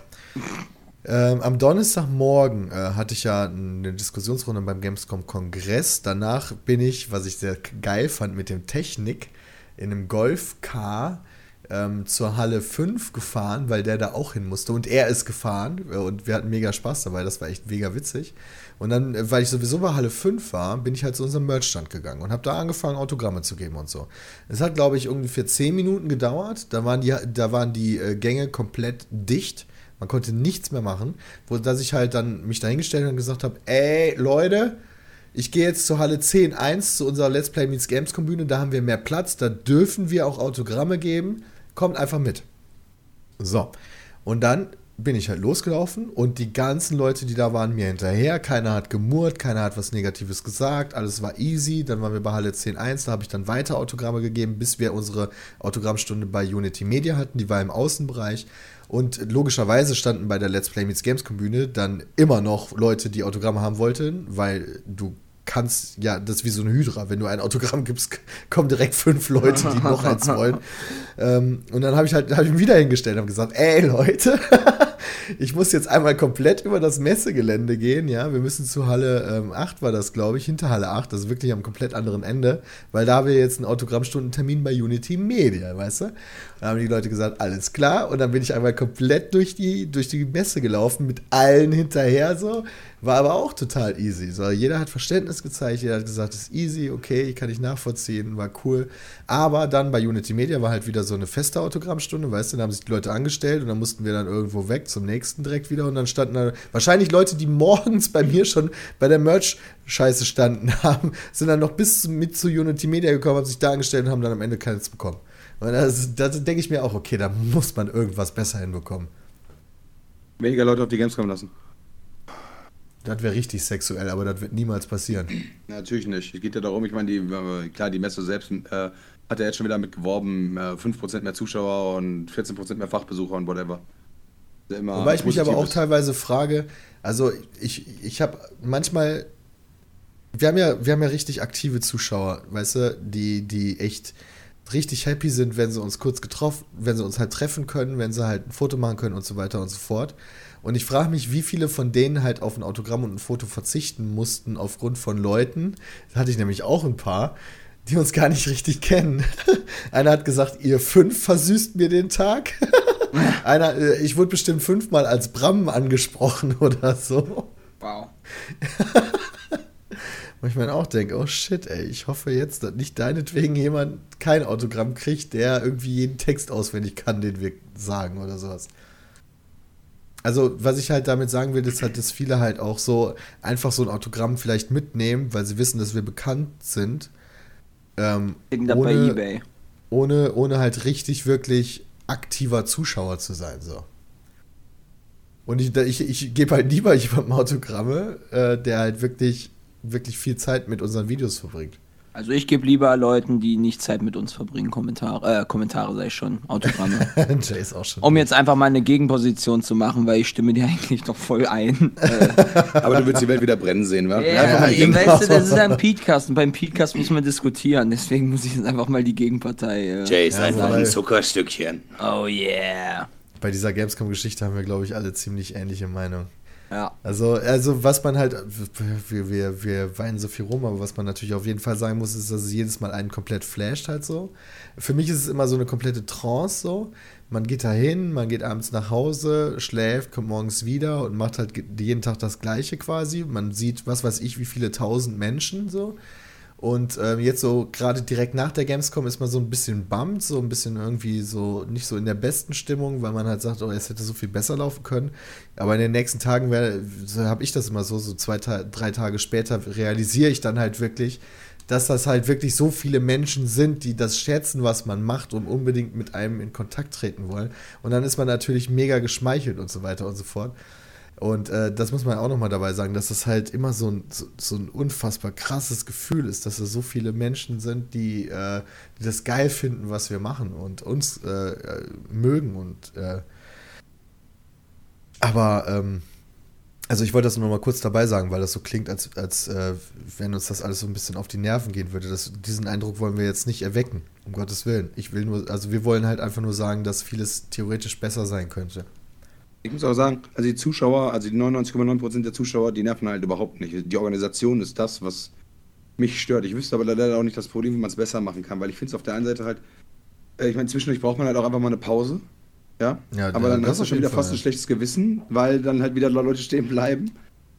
Am Donnerstagmorgen hatte ich ja eine Diskussionsrunde beim Gamescom-Kongress. Danach bin ich, was ich sehr geil fand, mit dem Technik in einem Golf-Car zur Halle 5 gefahren, weil der da auch hin musste. Und er ist gefahren und wir hatten mega Spaß dabei. Das war echt mega witzig. Und dann, weil ich sowieso bei Halle 5 war, bin ich halt zu unserem Merchstand gegangen und habe da angefangen, Autogramme zu geben und so. Es hat, glaube ich, ungefähr 10 Minuten gedauert. Da waren die Gänge komplett dicht. Man konnte nichts mehr machen. Dass ich halt dann mich dahingestellt habe und gesagt habe, ey, Leute, ich gehe jetzt zur Halle 10.1 zu unserer Let's Play Meets Gamescom Bühne. Da haben wir mehr Platz. Da dürfen wir auch Autogramme geben. Kommt einfach mit. So. Und dann bin ich halt losgelaufen und die ganzen Leute, die da waren, mir hinterher. Keiner hat gemurrt, keiner hat was Negatives gesagt. Alles war easy. Dann waren wir bei Halle 10.1. Da habe ich dann weiter Autogramme gegeben, bis wir unsere Autogrammstunde bei Unity Media hatten. Die war im Außenbereich. Und logischerweise standen bei der Let's Play Meets Gamescom Bühne dann immer noch Leute, die Autogramme haben wollten, weil du kannst, ja, das ist wie so eine Hydra. Wenn du ein Autogramm gibst, kommen direkt 5 Leute, die noch eins wollen. Und dann habe ich mich wieder hingestellt und habe gesagt, ey Leute, ich muss jetzt einmal komplett über das Messegelände gehen, ja, wir müssen zu Halle 8 war das, glaube ich, hinter Halle 8, das ist wirklich am komplett anderen Ende, weil da haben wir jetzt einen Autogrammstundentermin bei Unity Media, weißt du? Da haben die Leute gesagt, alles klar, und dann bin ich einmal komplett durch die Messe gelaufen, mit allen hinterher so, war aber auch total easy, so, jeder hat Verständnis gezeigt, jeder hat gesagt, das ist easy, okay, kann ich nachvollziehen, war cool, aber dann bei Unity Media war halt wieder so eine feste Autogrammstunde, weißt du, da haben sich die Leute angestellt und dann mussten wir dann irgendwo weg zum nächsten direkt wieder und dann standen da wahrscheinlich Leute, die morgens bei mir schon bei der Merch-Scheiße standen haben, sind dann noch mit zu Unity Media gekommen, haben sich da angestellt und haben dann am Ende keins bekommen. Und das denke ich mir auch, okay, da muss man irgendwas besser hinbekommen. Weniger Leute auf die Gamescom lassen. Das wäre richtig sexuell, aber das wird niemals passieren. Ja, natürlich nicht. Es geht ja darum, ich meine, die Messe selbst hat ja jetzt schon wieder mitgeworben, 5% mehr Zuschauer und 14% mehr Fachbesucher und whatever. Wobei ich mich aber auch teilweise frage, also ich habe manchmal, wir haben ja richtig aktive Zuschauer, weißt du, die echt richtig happy sind, wenn sie uns wenn sie uns halt treffen können, wenn sie halt ein Foto machen können und so weiter und so fort. Und ich frage mich, wie viele von denen halt auf ein Autogramm und ein Foto verzichten mussten aufgrund von Leuten, da hatte ich nämlich auch ein paar, die uns gar nicht richtig kennen. Einer hat gesagt, ihr 5 versüßt mir den Tag. Ich wurde bestimmt 5-mal als Bram angesprochen oder so. Wow. Wo ich mir auch denke, oh shit, ey, ich hoffe jetzt, dass nicht deinetwegen jemand kein Autogramm kriegt, der irgendwie jeden Text auswendig kann, den wir sagen oder sowas. Also, was ich halt damit sagen will, ist halt, dass viele halt auch so einfach so ein Autogramm vielleicht mitnehmen, weil sie wissen, dass wir bekannt sind. Bei eBay. Ohne halt richtig, wirklich aktiver Zuschauer zu sein, so. Und ich gebe halt lieber jemandem Autogramme, der halt wirklich, wirklich viel Zeit mit unseren Videos verbringt. Also ich gebe lieber Leuten, die nicht Zeit mit uns verbringen, Kommentare sag ich schon, Autogramme. Jay ist auch schon. Um jetzt einfach mal eine Gegenposition zu machen, weil ich stimme dir eigentlich doch voll ein. Aber du willst die Welt wieder brennen sehen, wa? Ja, weißt du, das ist ein Podcast und beim Podcast muss man diskutieren, deswegen muss ich jetzt einfach mal die Gegenpartei. Jay ist einfach weil- ein Zuckerstückchen. Oh yeah. Bei dieser Gamescom-Geschichte haben wir, glaube ich, alle ziemlich ähnliche Meinung. Ja. Also was man halt, wir weinen so viel rum, aber was man natürlich auf jeden Fall sagen muss, ist, dass es jedes Mal einen komplett flasht halt so. Für mich ist es immer so eine komplette Trance so. Man geht da hin, man geht abends nach Hause, schläft, kommt morgens wieder und macht halt jeden Tag das Gleiche quasi. Man sieht, was weiß ich, wie viele tausend Menschen so. Und jetzt so gerade direkt nach der Gamescom ist man so ein bisschen bummed, so ein bisschen irgendwie so nicht so in der besten Stimmung, weil man halt sagt, oh, es hätte so viel besser laufen können. Aber in den nächsten Tagen habe ich das immer so 3 Tage später realisiere ich dann halt wirklich, dass das halt wirklich so viele Menschen sind, die das schätzen, was man macht und unbedingt mit einem in Kontakt treten wollen. Und dann ist man natürlich mega geschmeichelt und so weiter und so fort. Und das muss man auch nochmal dabei sagen, dass das halt immer so ein unfassbar krasses Gefühl ist, dass es so viele Menschen sind, die das geil finden, was wir machen und uns mögen. Und also ich wollte das nur noch mal kurz dabei sagen, weil das so klingt, als wenn uns das alles so ein bisschen auf die Nerven gehen würde. Diesen Eindruck wollen wir jetzt nicht erwecken, um Gottes Willen. Wir wollen halt einfach nur sagen, dass vieles theoretisch besser sein könnte. Ich muss auch sagen, also die Zuschauer, also die 99,9% der Zuschauer, die nerven halt überhaupt nicht. Die Organisation ist das, was mich stört. Ich wüsste aber leider auch nicht das Problem, wie man es besser machen kann, weil ich finde es auf der einen Seite halt, ich meine, zwischendurch braucht man halt auch einfach mal eine Pause. Ja, aber dann hast du schon wieder fast ein schlechtes Gewissen, weil dann halt wieder Leute stehen bleiben,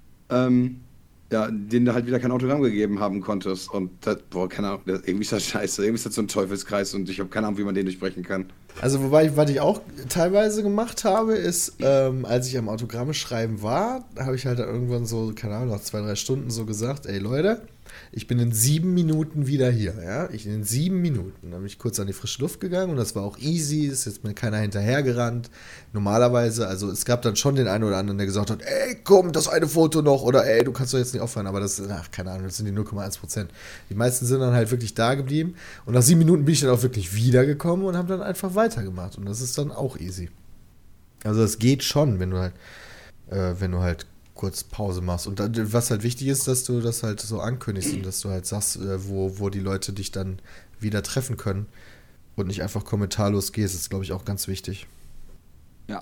denen du halt wieder kein Autogramm gegeben haben konntest. Und das, keine Ahnung, irgendwie ist das scheiße, irgendwie ist das so ein Teufelskreis und ich habe keine Ahnung, wie man den durchbrechen kann. Also wobei, was ich auch teilweise gemacht habe, ist, als ich am Autogramme schreiben war, habe ich halt dann irgendwann so, keine Ahnung, nach 2-3 Stunden so gesagt, ey Leute, ich bin in 7 Minuten wieder hier, ja, in 7 Minuten. Dann bin ich kurz an die frische Luft gegangen und das war auch easy, ist jetzt mir keiner hinterhergerannt. Normalerweise, also es gab dann schon den einen oder anderen, der gesagt hat, ey, komm, das eine Foto noch oder ey, du kannst doch jetzt nicht aufhören, aber das, keine Ahnung, das sind die 0,1%. Die meisten sind dann halt wirklich da geblieben und nach 7 Minuten bin ich dann auch wirklich wiedergekommen und habe dann einfach weitergemacht und das ist dann auch easy. Also es geht schon, wenn du halt kurz Pause machst. Und dann, was halt wichtig ist, dass du das halt so ankündigst und dass du halt sagst, wo die Leute dich dann wieder treffen können und nicht einfach kommentarlos gehst, ist, glaube ich, auch ganz wichtig. Ja.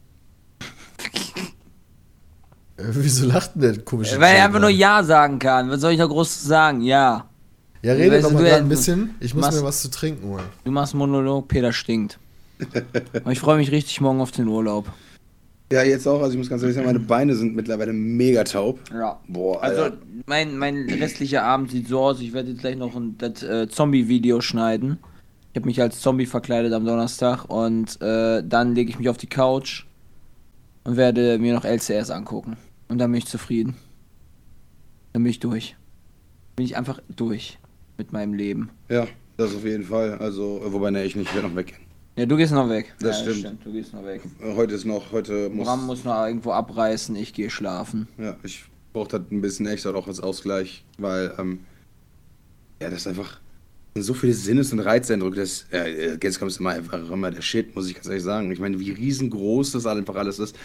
Wieso lacht denn der komische Weil er einfach nur Ja sagen kann. Was soll ich da groß sagen? Ja. Ja, rede Weißt doch du, mal du- gerade ein bisschen. Ich muss machst- mir was zu trinken holen. Du machst Monolog, Peter stinkt. Aber ich freue mich richtig morgen auf den Urlaub. Ja, jetzt auch, also ich muss ganz ehrlich sagen, meine Beine sind mittlerweile mega taub. Ja. Boah, Also, Alter. mein restlicher Abend sieht so aus, ich werde jetzt gleich noch das Zombie-Video schneiden. Ich habe mich als Zombie verkleidet am Donnerstag und dann lege ich mich auf die Couch und werde mir noch LCS angucken. Und dann bin ich zufrieden. Dann bin ich durch. Bin ich einfach durch mit meinem Leben. Ja, das auf jeden Fall. Also, wobei, ne, ich nicht, ich werde noch weg. Ja, du gehst noch weg. Das Ja, stimmt. Du gehst noch weg. Heute muss... Bram muss noch irgendwo abreißen, ich gehe schlafen. Ja, ich brauche das ein bisschen extra auch als Ausgleich, weil, das ist einfach so viele Sinnes- und Reizeindrücke, das, Gamescom ist immer der Shit, muss ich ganz ehrlich sagen. Ich meine, wie riesengroß das einfach alles ist.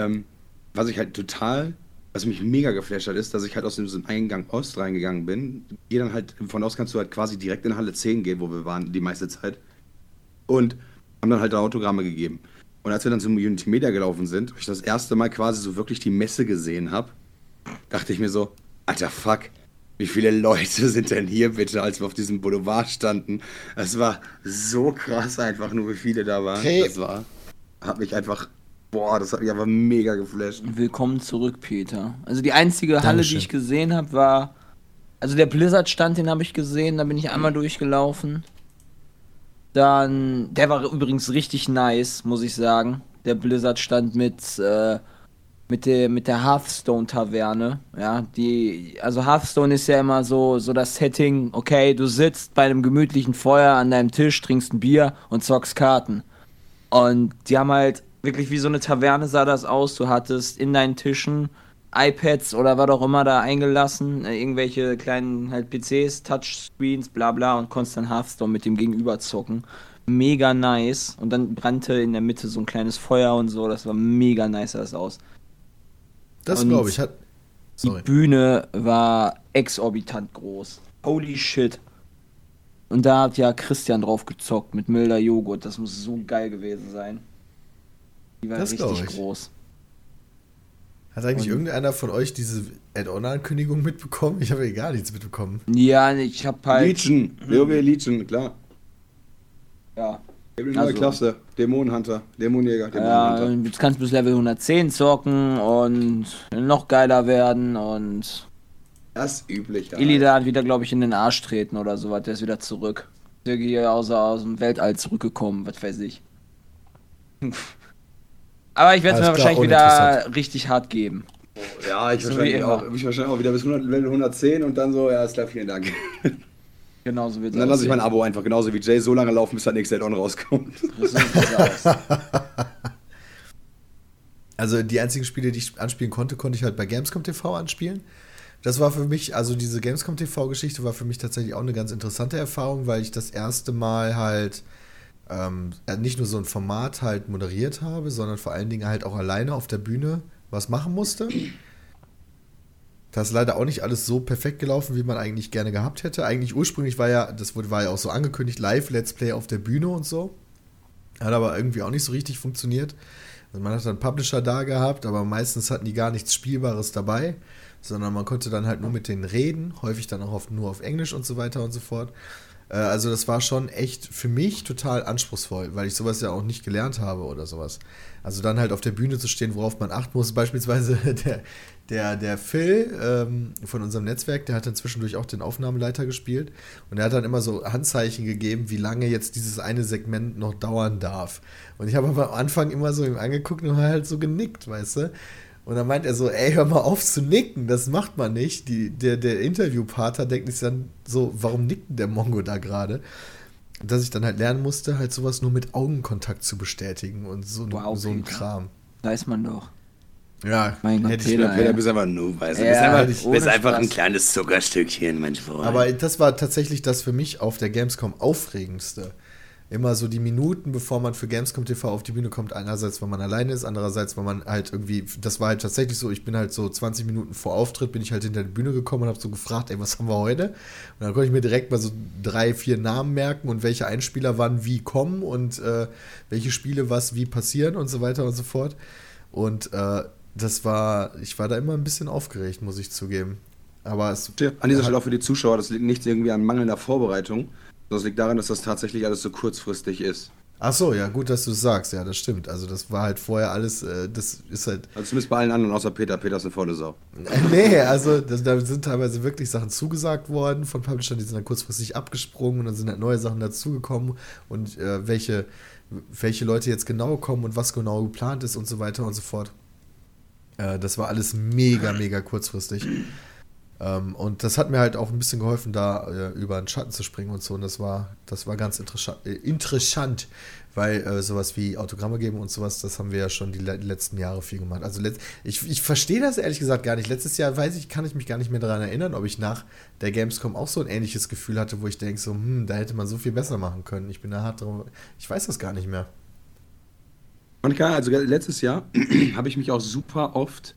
Was mich mega geflasht hat, ist, dass ich halt aus diesem Eingang Ost reingegangen bin. Von aus kannst du halt quasi direkt in Halle 10 gehen, wo wir waren, die meiste Zeit. Und haben dann halt Autogramme gegeben. Und als wir dann zum Unity Media gelaufen sind, und ich das erste Mal quasi so wirklich die Messe gesehen habe, dachte ich mir so, alter Fuck, wie viele Leute sind denn hier bitte, als wir auf diesem Boulevard standen? Es war so krass einfach nur, wie viele da waren. Hey. Das hat mich einfach mega geflasht. Willkommen zurück, Peter. Also die einzige Halle, Dankeschön. die ich gesehen habe, war... Also der Blizzard-Stand, den habe ich gesehen, da bin ich einmal durchgelaufen. Dann... Der war übrigens richtig nice, muss ich sagen. Der Blizzard-Stand mit der Hearthstone-Taverne. Ja, also Hearthstone ist ja immer so das Setting, okay, du sitzt bei einem gemütlichen Feuer an deinem Tisch, trinkst ein Bier und zockst Karten. Und die haben halt wirklich wie so eine Taverne sah das aus. Du hattest in deinen Tischen iPads oder was auch immer da eingelassen, irgendwelche kleinen halt PCs, Touchscreens, bla bla und konntest dann Hearthstone mit dem Gegenüber zocken. Mega nice. Und dann brannte in der Mitte so ein kleines Feuer und so, das war mega nice, sah das aus. Das glaube ich. Die Bühne war exorbitant groß. Holy shit. Und da hat ja Christian drauf gezockt mit milder Joghurt. Das muss so geil gewesen sein. Die war Das richtig groß. Hat eigentlich irgendeiner von euch diese Add-on-Ankündigung mitbekommen? Ich habe ja gar nichts mitbekommen. Ja, ich hab halt... Legion, WoW Legion, klar. Ja. Neue Klasse, Dämonenhunter, Dämonenjäger, Dämonenhunter. Jetzt kannst du bis Level 110 zocken und noch geiler werden und... Das übliche. Illidan wieder, glaube ich, in den Arsch treten oder sowas. Der ist wieder zurück. Der hier aus dem Weltall zurückgekommen, was weiß ich. Aber ich werde es mir wahrscheinlich wieder richtig hart geben. Ja, ich So wahrscheinlich wie auch. immer. Ich wahrscheinlich auch wieder bis Level 110 und dann so, ja, ist klar, vielen Dank. Genauso wird es Und dann lasse ich mein Abo einfach genauso wie Jay so lange laufen, bis das nächste Add-on rauskommt. Also die einzigen Spiele, die ich anspielen konnte, konnte ich halt bei Gamescom TV anspielen. Das war für mich, also diese Gamescom TV-Geschichte war für mich tatsächlich auch eine ganz interessante Erfahrung, weil ich das erste Mal halt nicht nur so ein Format halt moderiert habe, sondern vor allen Dingen halt auch alleine auf der Bühne was machen musste. Das ist leider auch nicht alles so perfekt gelaufen, wie man eigentlich gerne gehabt hätte. Eigentlich ursprünglich war ja auch so angekündigt, Live-Let's Play auf der Bühne und so. Hat aber irgendwie auch nicht so richtig funktioniert. Also man hat dann Publisher da gehabt, aber meistens hatten die gar nichts Spielbares dabei, sondern man konnte dann halt nur mit denen reden, häufig dann auch nur auf Englisch und so weiter und so fort. Also das war schon echt für mich total anspruchsvoll, weil ich sowas ja auch nicht gelernt habe oder sowas. Also dann halt auf der Bühne zu stehen, worauf man achten muss. Beispielsweise der Phil von unserem Netzwerk, der hat dann zwischendurch auch den Aufnahmeleiter gespielt und er hat dann immer so Handzeichen gegeben, wie lange jetzt dieses eine Segment noch dauern darf. Und ich habe aber am Anfang immer so ihm angeguckt und halt so genickt, weißt du? Und dann meint er so, ey, hör mal auf zu nicken, das macht man nicht. Der Interviewpartner denkt sich dann so, warum nickt denn der Mongo da gerade? Dass ich dann halt lernen musste, halt sowas nur mit Augenkontakt zu bestätigen und so, wow, so ein Kram. Weiß man doch. Ja, mein Gott, hätte ich Peter, Peter, bist einfach nur, weißt du, bist einfach ein kleines Zuckerstückchen, mein Freund. Aber das war tatsächlich das für mich auf der Gamescom Aufregendste. Immer so die Minuten, bevor man für Gamescom TV auf die Bühne kommt, einerseits, wenn man alleine ist, andererseits, wenn man halt irgendwie, das war halt tatsächlich so, ich bin halt so 20 Minuten vor Auftritt, bin ich halt hinter die Bühne gekommen und habe so gefragt, ey, was haben wir heute? Und dann konnte ich mir direkt mal so 3, 4 Namen merken und welche Einspieler wann wie kommen und welche Spiele was wie passieren und so weiter und so fort. Und ich war da immer ein bisschen aufgeregt, muss ich zugeben. Aber an dieser Stelle auch für die Zuschauer, das liegt nicht irgendwie an mangelnder Vorbereitung. Das liegt daran, dass das tatsächlich alles so kurzfristig ist. Ach so, ja, gut, dass du es sagst. Ja, das stimmt. Also das war halt vorher alles, das ist halt... Also zumindest bei allen anderen, außer Peter. Peter ist eine faule Sau. Nee, also da sind teilweise wirklich Sachen zugesagt worden von Publishern, die sind dann kurzfristig abgesprungen und dann sind halt neue Sachen dazugekommen und welche Leute jetzt genau kommen und was genau geplant ist und so weiter und so fort. Das war alles mega, mega kurzfristig. Und das hat mir halt auch ein bisschen geholfen, da über den Schatten zu springen und so. Und das war ganz interessant, weil sowas wie Autogramme geben und sowas, das haben wir ja schon die letzten Jahre viel gemacht. Also ich verstehe das ehrlich gesagt gar nicht. Letztes Jahr kann ich mich gar nicht mehr daran erinnern, ob ich nach der Gamescom auch so ein ähnliches Gefühl hatte, wo ich denke so, da hätte man so viel besser machen können. Ich bin da hart drauf. Ich weiß das gar nicht mehr. Monika, also letztes Jahr habe ich mich auch super oft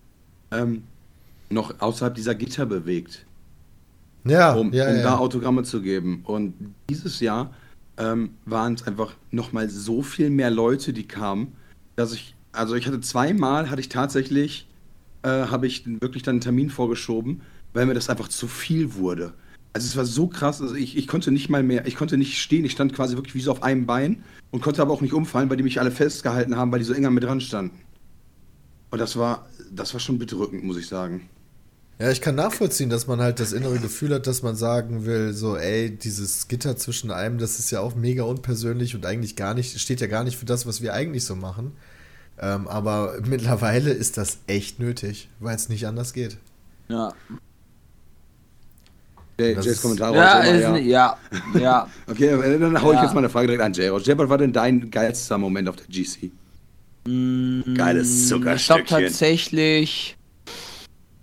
noch außerhalb dieser Gitter bewegt. Ja, um ja. da Autogramme zu geben. Und dieses Jahr waren es einfach nochmal so viel mehr Leute, die kamen, dass ich hatte zweimal, habe ich wirklich dann einen Termin vorgeschoben, weil mir das einfach zu viel wurde. Also es war so krass, also ich konnte nicht mal mehr, ich konnte nicht stehen, ich stand quasi wirklich wie so auf einem Bein und konnte aber auch nicht umfallen, weil die mich alle festgehalten haben, weil die so eng an mir dran standen. Und das war schon bedrückend, muss ich sagen. Ja, ich kann nachvollziehen, dass man halt das innere Gefühl hat, dass man sagen will, so, ey, dieses Gitter zwischen einem, das ist ja auch mega unpersönlich und eigentlich steht ja gar nicht für das, was wir eigentlich so machen. Aber mittlerweile ist das echt nötig, weil es nicht anders geht. Ja. Jays Kommentar raus. Ja. Okay, dann hau ich jetzt mal eine Frage direkt an Jay raus. Jay, was war denn dein geilster Moment auf der GC? Geiles Zuckerstückchen. Ich glaube tatsächlich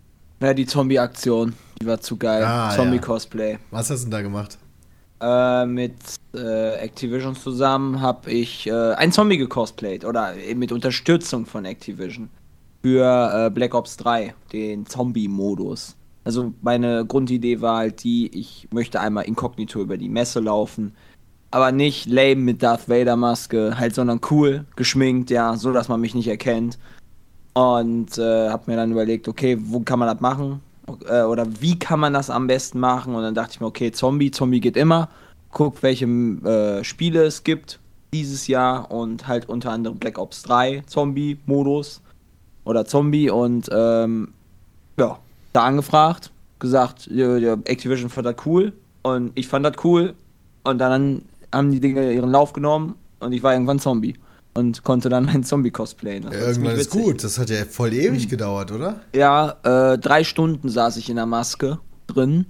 Ja, die Zombie-Aktion, die war zu geil. Zombie-Cosplay. Was hast du denn da gemacht? Mit Activision zusammen habe ich einen Zombie gecosplayt oder mit Unterstützung von Activision für Black Ops 3, den Zombie-Modus. Also meine Grundidee war halt ich möchte einmal inkognito über die Messe laufen, aber nicht lame mit Darth Vader Maske, halt, sondern cool, geschminkt, ja, so dass man mich nicht erkennt. Und habe mir dann überlegt, okay, wo kann man das machen? Oder wie kann man das am besten machen? Und dann dachte ich mir, okay, Zombie geht immer. Guck, welche Spiele es gibt dieses Jahr und halt unter anderem Black Ops 3 Zombie-Modus oder Zombie und ja, da angefragt, gesagt, Activision fand das cool und ich fand das cool und dann haben die Dinge ihren Lauf genommen und ich war irgendwann Zombie. Und konnte dann ein Zombie-Cosplayen. Ja, irgendwann ist gut. Das hat ja voll ewig gedauert, oder? Ja, 3 Stunden saß ich in der Maske drin.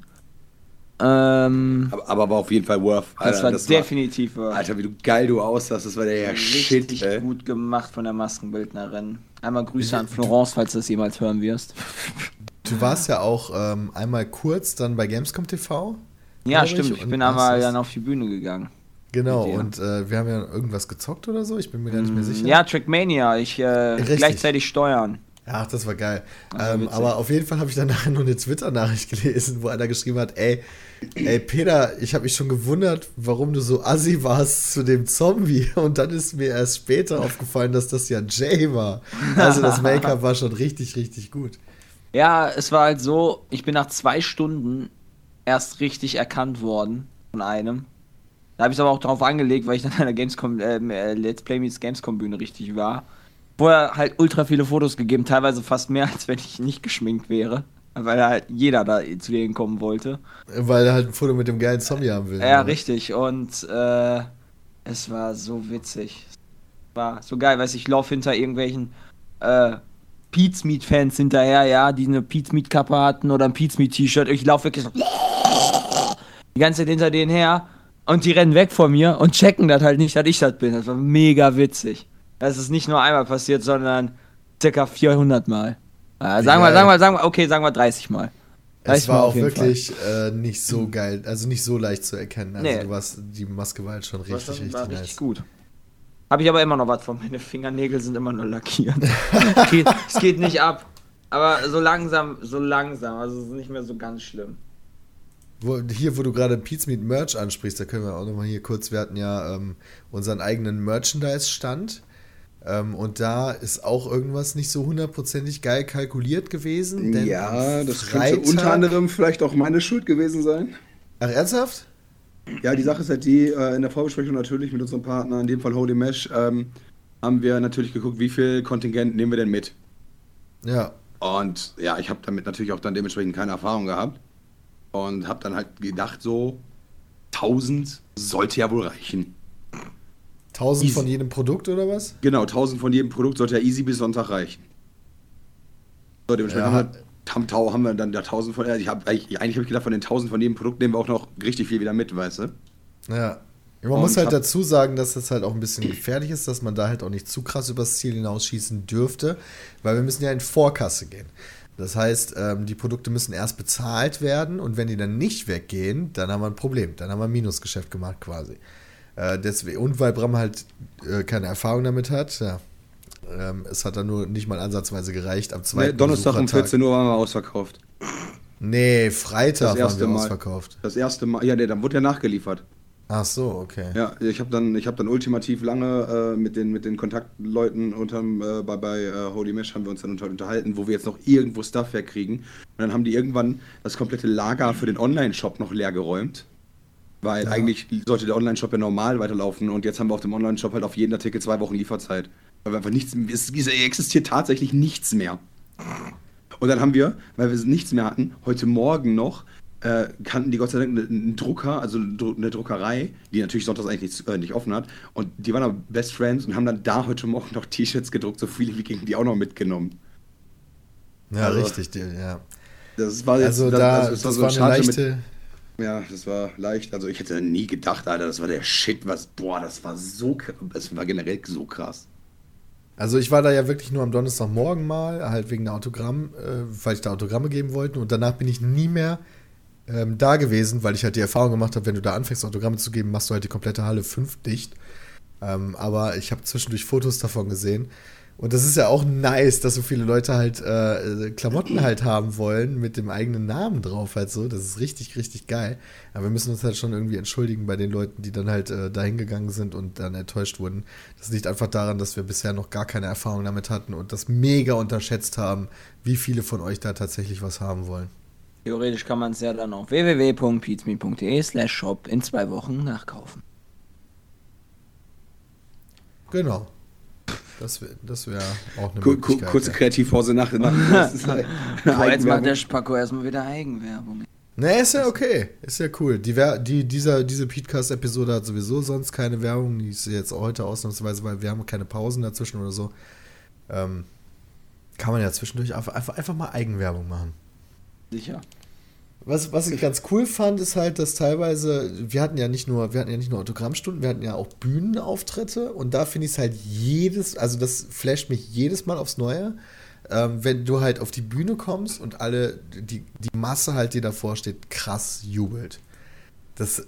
Aber war auf jeden Fall worth. Alter, das war definitiv worth. Alter, wie geil du aussahst, das war der Shit, richtig gut gemacht von der Maskenbildnerin. Einmal Grüße an Florence, falls du das jemals hören wirst. Du warst ja auch einmal kurz dann bei Gamescom TV. Ja, stimmt. Ich bin einmal dann auf die Bühne gegangen. Genau, und wir haben ja irgendwas gezockt oder so, ich bin mir gar nicht mehr sicher. Ja, Trackmania, gleichzeitig steuern. Ach, das war geil. Aber auf jeden Fall habe ich dann nachher noch eine Twitter-Nachricht gelesen, wo einer geschrieben hat, ey Peter, ich habe mich schon gewundert, warum du so assi warst zu dem Zombie. Und dann ist mir erst später aufgefallen, dass das ja Jay war. Also das Make-up war schon richtig, richtig gut. Ja, es war halt so, ich bin nach 2 Stunden erst richtig erkannt worden von einem. Da habe ich es aber auch drauf angelegt, weil ich dann an der Gamescom, Let's Play Meets Gamescom Bühne richtig war. Vorher halt ultra viele Fotos gegeben, teilweise fast mehr, als wenn ich nicht geschminkt wäre. Weil halt jeder da zu denen kommen wollte. Weil er halt ein Foto mit dem geilen Zombie haben will. Ja, oder? Richtig. Und es war so witzig. Es war so geil, weißt du, ich laufe hinter irgendwelchen Pete's Meat Fans hinterher, ja, die eine Pete's Meat Kappe hatten oder ein Pete's Meat T-Shirt. Ich laufe wirklich so die ganze Zeit hinter denen her. Und die rennen weg von mir und checken das halt nicht, dass ich das bin. Das war mega witzig. Das ist nicht nur einmal passiert, sondern ca. 400 Mal. Sagen wir 30 Mal. Es war auch wirklich nicht so geil, also nicht so leicht zu erkennen. Also die Maske war halt schon richtig richtig gut. Habe ich aber immer noch was von. Meine Fingernägel sind immer nur lackiert. Es geht nicht ab. Aber so langsam. Also es ist nicht mehr so ganz schlimm. Wo du gerade Pete's Meat Merch ansprichst, da können wir auch nochmal hier kurz, wir hatten ja unseren eigenen Merchandise-Stand und da ist auch irgendwas nicht so hundertprozentig geil kalkuliert gewesen. Denn ja, das könnte unter anderem vielleicht auch meine Schuld gewesen sein. Ach, ernsthaft? Ja, die Sache ist halt die, in der Vorbesprechung natürlich mit unserem Partner, in dem Fall Holy Mesh, haben wir natürlich geguckt, wie viel Kontingent nehmen wir denn mit. Ja. Und ja, ich habe damit natürlich auch dann dementsprechend keine Erfahrung gehabt. Und habe dann halt gedacht, so 1000 sollte ja wohl reichen. 1000 easy. Von jedem Produkt oder was? Genau, 1000 von jedem Produkt sollte ja easy bis Sonntag reichen. So, dementsprechend haben wir dann da 1000 von. Eigentlich habe ich gedacht, von den 1000 von jedem Produkt nehmen wir auch noch richtig viel wieder mit, weißt du? Ja. Man muss halt dazu sagen, dass das halt auch ein bisschen gefährlich ist, dass man da halt auch nicht zu krass übers Ziel hinausschießen dürfte, weil wir müssen ja in Vorkasse gehen. Das heißt, die Produkte müssen erst bezahlt werden und wenn die dann nicht weggehen, dann haben wir ein Problem. Dann haben wir ein Minusgeschäft gemacht quasi. Deswegen, und weil Bram halt keine Erfahrung damit hat, ja, es hat dann nur nicht mal ansatzweise gereicht. Am zweiten Donnerstag um 14 Uhr waren wir ausverkauft. Nee, Freitag waren wir ausverkauft. Das erste Mal, ja, dann wurde ja nachgeliefert. Ach so, okay. Ja, ich hab dann ultimativ lange mit den Kontaktleuten bei Holy Mesh haben wir uns dann unterhalten, wo wir jetzt noch irgendwo Stuff herkriegen. Und dann haben die irgendwann das komplette Lager für den Online-Shop noch leer geräumt. Weil eigentlich sollte der Online-Shop ja normal weiterlaufen und jetzt haben wir auf dem Online-Shop halt auf jeden Artikel 2 Wochen Lieferzeit. Weil wir einfach es existiert tatsächlich nichts mehr. Und dann haben wir, weil wir nichts mehr hatten, heute Morgen noch kannten die Gott sei Dank einen Drucker, also eine Druckerei, die natürlich sonntags eigentlich nicht offen hat. Und die waren aber Best Friends und haben dann da heute Morgen noch T-Shirts gedruckt, so viele wie gegen die auch noch mitgenommen. Ja, also, richtig, ja. Das war jetzt, das war eine leichte... Ja, das war leicht. Also ich hätte nie gedacht, Alter, das war der Shit, das war generell so krass. Also ich war da ja wirklich nur am Donnerstagmorgen mal, halt wegen der weil ich da Autogramme geben wollte. Und danach bin ich nie mehr da gewesen, weil ich halt die Erfahrung gemacht habe, wenn du da anfängst, Autogramme zu geben, machst du halt die komplette Halle 5 dicht. Aber ich habe zwischendurch Fotos davon gesehen. Und das ist ja auch nice, dass so viele Leute halt Klamotten halt haben wollen mit dem eigenen Namen drauf halt so. Das ist richtig, richtig geil. Aber wir müssen uns halt schon irgendwie entschuldigen bei den Leuten, die dann halt dahin gegangen sind und dann enttäuscht wurden. Das liegt einfach daran, dass wir bisher noch gar keine Erfahrung damit hatten und das mega unterschätzt haben, wie viele von euch da tatsächlich was haben wollen. Theoretisch kann man es ja dann auf www.peatsme.de/shop in 2 Wochen nachkaufen. Genau. Das wär auch eine Möglichkeit. Kurze Kreativpause nach. Das ist halt Aber jetzt macht der Spacko erstmal wieder Eigenwerbung. Ne, ist ja okay. Ist ja cool. Diese Podcast-Episode hat sowieso sonst keine Werbung. Die ist jetzt heute ausnahmsweise, weil wir haben keine Pausen dazwischen oder so. Kann man ja zwischendurch einfach mal Eigenwerbung machen. Sicher. Was ich ganz cool fand, ist halt, dass teilweise, wir hatten ja nicht nur Autogrammstunden, wir hatten ja auch Bühnenauftritte und da finde ich es halt also das flasht mich jedes Mal aufs Neue, wenn du halt auf die Bühne kommst und die Masse halt, die davor steht, krass jubelt. Das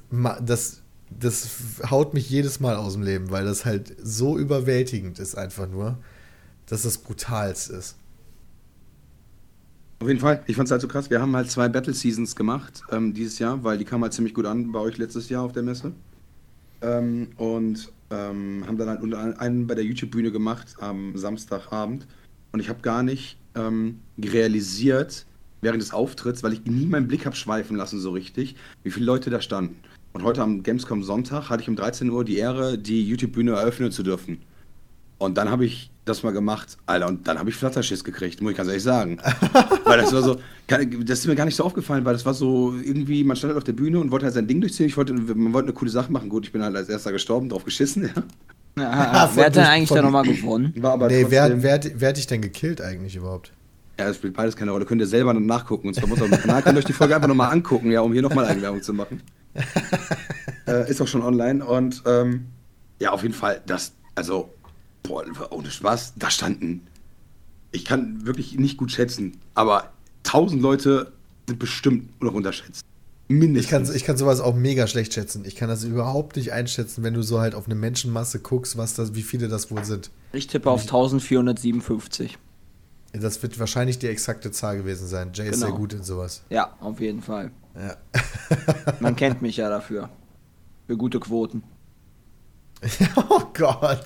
haut mich jedes Mal aus dem Leben, weil das halt so überwältigend ist einfach nur, dass das brutalst ist. Auf jeden Fall, ich fand es halt so krass. Wir haben halt 2 Battle Seasons gemacht dieses Jahr, weil die kamen halt ziemlich gut an bei euch letztes Jahr auf der Messe. Haben dann halt unter einen bei der YouTube-Bühne gemacht am Samstagabend. Und ich habe gar nicht realisiert während des Auftritts, weil ich nie meinen Blick habe schweifen lassen so richtig, wie viele Leute da standen. Und heute am Gamescom Sonntag hatte ich um 13 Uhr die Ehre, die YouTube-Bühne eröffnen zu dürfen. Und dann habe ich das mal gemacht, Alter, und dann habe ich Flatterschiss gekriegt, muss ich ganz ehrlich sagen. Weil das war so, das ist mir gar nicht so aufgefallen, weil das war so irgendwie, man stand halt auf der Bühne und wollte halt sein Ding durchziehen, man wollte eine coole Sache machen, gut, ich bin halt als erster gestorben, drauf geschissen, ja. Wer hat denn eigentlich da nochmal gewonnen? War aber wer hat dich denn gekillt eigentlich überhaupt? Ja, das spielt beides keine Rolle, könnt ihr selber dann nachgucken, und zwar auf unserem Kanal, könnt ihr euch die Folge einfach nochmal angucken, ja, um hier nochmal Eigenwerbung zu machen. Ist auch schon online und ja, auf jeden Fall, boah, ohne Spaß, da standen, ich kann wirklich nicht gut schätzen, aber 1000 Leute sind bestimmt noch unterschätzt. Mindestens. Ich kann sowas auch mega schlecht schätzen. Ich kann das überhaupt nicht einschätzen, wenn du so halt auf eine Menschenmasse guckst, wie viele das wohl sind. Ich tippe auf 1457. Das wird wahrscheinlich die exakte Zahl gewesen sein. Jay ist sehr gut in sowas. Ja, auf jeden Fall. Ja. Man kennt mich ja dafür. Für gute Quoten. Oh Gott.